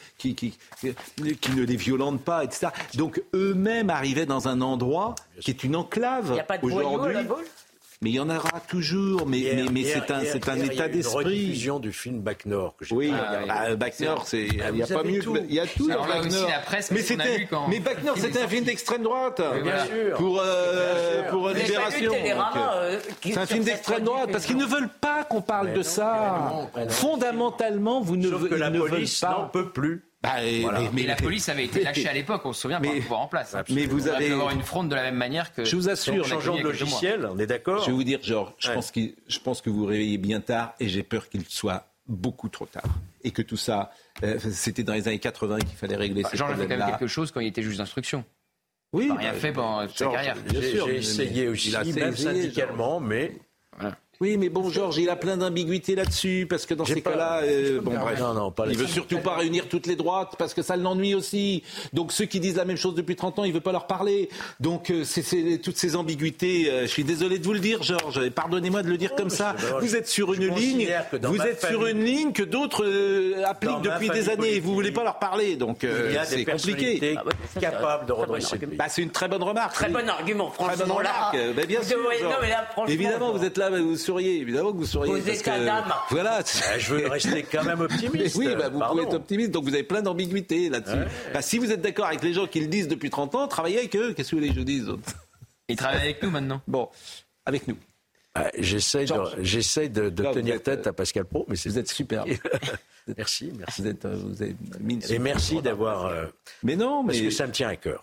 Speaker 4: les violente pas, etc. Donc eux-mêmes arrivaient dans un endroit qui est une enclave. Il n'y a pas de voyous à la Baule ? Mais il y en aura toujours, mais c'est un état d'esprit.
Speaker 6: Il y a une rediffusion du film Bac Nord que j'ai
Speaker 4: Oui, Bac Nord, il n'y a pas mieux. Il y a tout dans Bac Nord. Mais Bac Nord, c'était un film d'extrême droite.
Speaker 6: Bien sûr.
Speaker 4: Pour Libération. C'est un film d'extrême droite parce qu'ils ne veulent pas qu'on parle de ça. Fondamentalement, vous ne veulent pas.
Speaker 6: La police n'en peut plus.
Speaker 12: Mais la police avait été lâchée à l'époque, on se souvient, par le pouvoir en place.
Speaker 4: Mais vous avez
Speaker 12: avoir une fronde de la même manière que.
Speaker 4: Je vous assure,
Speaker 6: changeant de logiciel, on est d'accord.
Speaker 4: Je vais vous dire, Georges, je pense que vous vous réveillez bien tard et j'ai peur qu'il soit beaucoup trop tard. Et que tout ça, c'était dans les années 80 qu'il fallait régler ces problèmes-là.
Speaker 12: Georges a fait quand même quelque chose quand il était juge d'instruction.
Speaker 4: Oui.
Speaker 12: Il n'a rien fait pendant sa carrière.
Speaker 6: J'ai essayé aussi, même syndicalement, mais.
Speaker 4: Voilà. Oui, mais bon, Georges, il a plein d'ambiguïtés là-dessus, parce que dans ces cas-là, il veut surtout pas réunir toutes les droites, parce que ça l'ennuie aussi. Donc ceux qui disent la même chose depuis 30 ans, il veut pas leur parler. Donc c'est toutes ces ambiguïtés. Je suis désolé de vous le dire, Georges. Pardonnez-moi de le dire comme ça. Vous êtes sur une ligne, que d'autres appliquent depuis des années, et vous voulez pas leur parler. Donc c'est compliqué.
Speaker 6: Capable de redresser.
Speaker 4: C'est une très bonne remarque.
Speaker 15: Très bon argument, franchement.
Speaker 4: Bien sûr. Évidemment, vous êtes là. Vous souriez, évidemment que vous souriez.
Speaker 15: Vous êtes dame.
Speaker 4: Voilà.
Speaker 6: Je veux rester quand même optimiste.
Speaker 4: Oui, vous pouvez être optimiste, donc vous avez plein d'ambiguïtés là-dessus. Ouais. Si vous êtes d'accord avec les gens qui le disent depuis 30 ans, travaillez avec eux. Qu'est-ce que vous voulez que je dise ?
Speaker 12: Ils travaillent avec nous maintenant.
Speaker 4: Bon, avec nous.
Speaker 6: J'essaie de tenir tête à Pascal Praud, mais
Speaker 4: vous êtes super.
Speaker 6: Merci.
Speaker 4: Vous avez mis
Speaker 6: et merci d'avoir.
Speaker 4: Mais non,
Speaker 6: parce que ça me tient à cœur.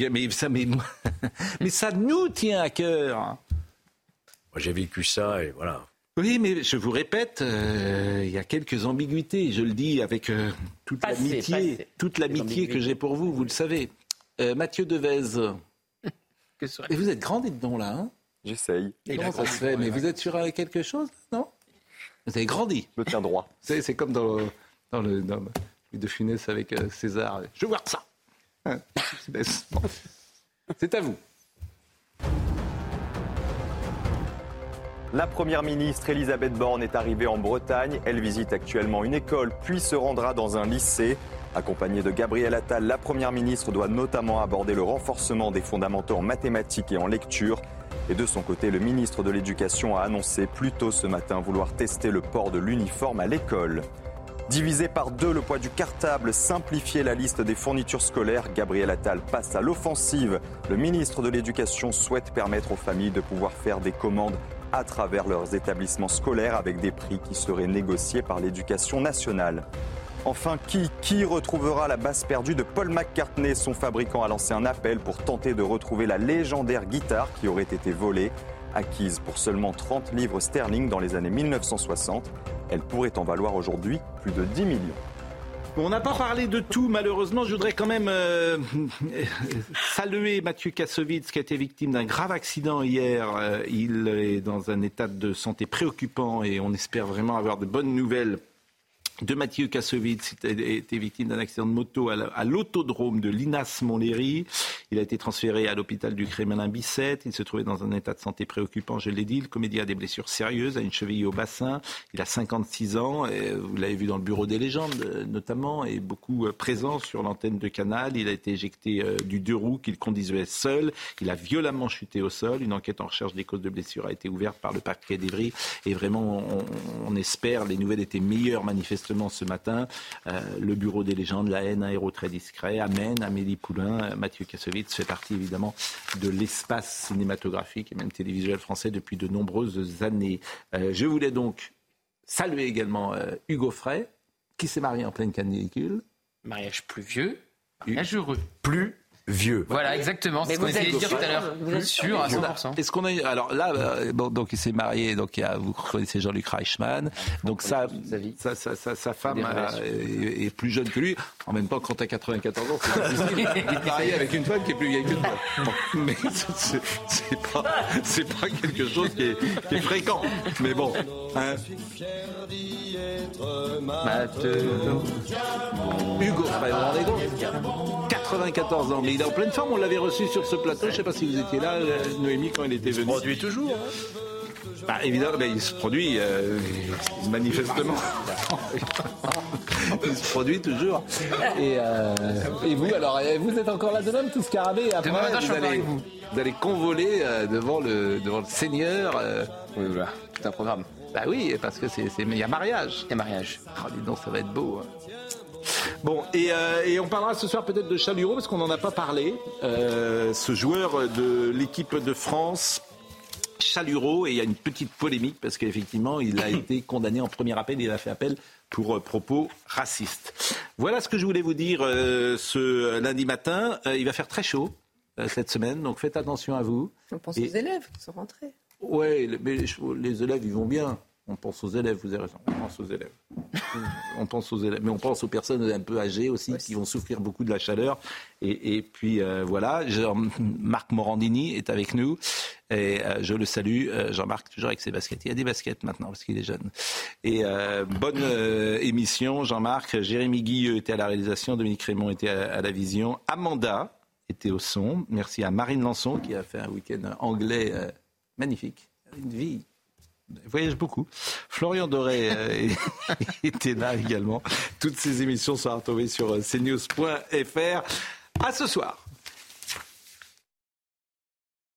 Speaker 4: Mais ça nous tient à cœur.
Speaker 6: J'ai vécu ça et voilà.
Speaker 4: Oui, mais je vous répète, il y a quelques ambiguïtés. Je le dis avec toute l'amitié que j'ai pour vous, vous le savez. Mathieu Devez. Et vous êtes grand, dites-donc là. Hein,
Speaker 5: j'essaye.
Speaker 4: Comment ça se fait ? Mais vous êtes sur quelque chose, non ? Vous avez grandi.
Speaker 5: Je me tiens droit.
Speaker 4: C'est comme dans le de Funès avec César. Je veux voir ça. C'est à vous.
Speaker 5: La Première ministre Elisabeth Borne est arrivée en Bretagne. Elle visite actuellement une école, puis se rendra dans un lycée. Accompagnée de Gabriel Attal, la Première ministre doit notamment aborder le renforcement des fondamentaux en mathématiques et en lecture. Et de son côté, le ministre de l'Éducation a annoncé plus tôt ce matin vouloir tester le port de l'uniforme à l'école. Diviser par 2 le poids du cartable, simplifier la liste des fournitures scolaires, Gabriel Attal passe à l'offensive. Le ministre de l'Éducation souhaite permettre aux familles de pouvoir faire des commandes à travers leurs établissements scolaires avec des prix qui seraient négociés par l'Éducation nationale. Enfin, qui retrouvera la basse perdue de Paul McCartney ? Son fabricant a lancé un appel pour tenter de retrouver la légendaire guitare qui aurait été volée. Acquise pour seulement 30 livres sterling dans les années 1960, elle pourrait en valoir aujourd'hui plus de 10 millions.
Speaker 4: On n'a pas parlé de tout, malheureusement. Je voudrais quand même saluer Mathieu Kassovitz, qui a été victime d'un grave accident hier. Il est dans un état de santé préoccupant et on espère vraiment avoir de bonnes nouvelles de Mathieu Kassovitz. Il a été victime d'un accident de moto à l'autodrome de Linas-Montlhéry. Il a été transféré à l'hôpital du Kremlin-Bicêtre. Il se trouvait dans un état de santé préoccupant, je l'ai dit. Le comédien a des blessures sérieuses, a une cheville au bassin. Il a 56 ans. Et vous l'avez vu dans le bureau des légendes, notamment, et beaucoup présent sur l'antenne de Canal. Il a été éjecté du 2 roues qu'il conduisait seul. Il a violemment chuté au sol. Une enquête en recherche des causes de blessures a été ouverte par le parquet d'Évry. Et vraiment, on espère, les nouvelles étaient meilleures manifestement ce matin. Le bureau des légendes, la haine, un héros très discret. Amen, Amélie Poulain. Mathieu Kassovitz fait partie évidemment de l'espace cinématographique et même télévisuel français depuis de nombreuses années. Je voulais donc saluer également Hugo Frey, qui s'est marié en pleine canicule.
Speaker 12: Mariage pluvieux, mariage heureux.
Speaker 6: Plus vieux.
Speaker 12: Voilà, exactement. C'est ce qu'on essayait de dire tout à l'heure. Sûr à 100%.
Speaker 4: Est-ce qu'on a alors là, donc il s'est marié, donc vous connaissez Jean-Luc Reichmann, donc sa femme est plus jeune que lui. En même temps, quand t'as 94 ans, c'est difficile de marier avec une femme qui est plus vieille que toi. Mais c'est pas quelque chose qui est fréquent. Mais bon. Hein. Hugo, vous vous rendez compte, 94 ans, mais il est en pleine forme. On l'avait reçu sur ce plateau. Je ne sais pas si vous étiez là, Noémie, quand il était venu.
Speaker 6: Il se produit toujours.
Speaker 4: Évidemment, il se produit manifestement. Il se produit toujours. Et vous, alors, vous êtes encore là demain, tout scarabée. Après, vous allez convoler devant le Seigneur.
Speaker 12: Oui, voilà, tout un programme.
Speaker 4: Bah oui, parce que il y a mariage.
Speaker 12: Il y a mariage.
Speaker 4: Oh, dis donc, ça va être beau. Bon, et on parlera ce soir peut-être de Chalureau, parce qu'on n'en a pas parlé. Ce joueur de l'équipe de France, Chalureau, et il y a une petite polémique, parce qu'effectivement, il a été condamné en premier appel, il a fait appel pour propos racistes. Voilà ce que je voulais vous dire ce lundi matin. Il va faire très chaud cette semaine, donc faites attention à vous.
Speaker 17: On pense aux élèves qui sont rentrés.
Speaker 4: Oui, mais les élèves, ils vont bien. On pense aux élèves, vous avez raison. On pense aux élèves. On pense aux élèves. Mais on pense aux personnes un peu âgées aussi, qui vont souffrir beaucoup de la chaleur. Et puis voilà, Marc Morandini est avec nous. Et je le salue. Jean-Marc, toujours avec ses baskets. Il y a des baskets maintenant, parce qu'il est jeune. Et bonne émission, Jean-Marc. Jérémy Guilleux était à la réalisation. Dominique Raymond était à la vision. Amanda était au son. Merci à Marine Lançon, qui a fait un week-end anglais magnifique. Une vie. Il voyage beaucoup. Florian Doré était là également. Toutes ces émissions sont retrouvées sur cnews.fr. À ce soir.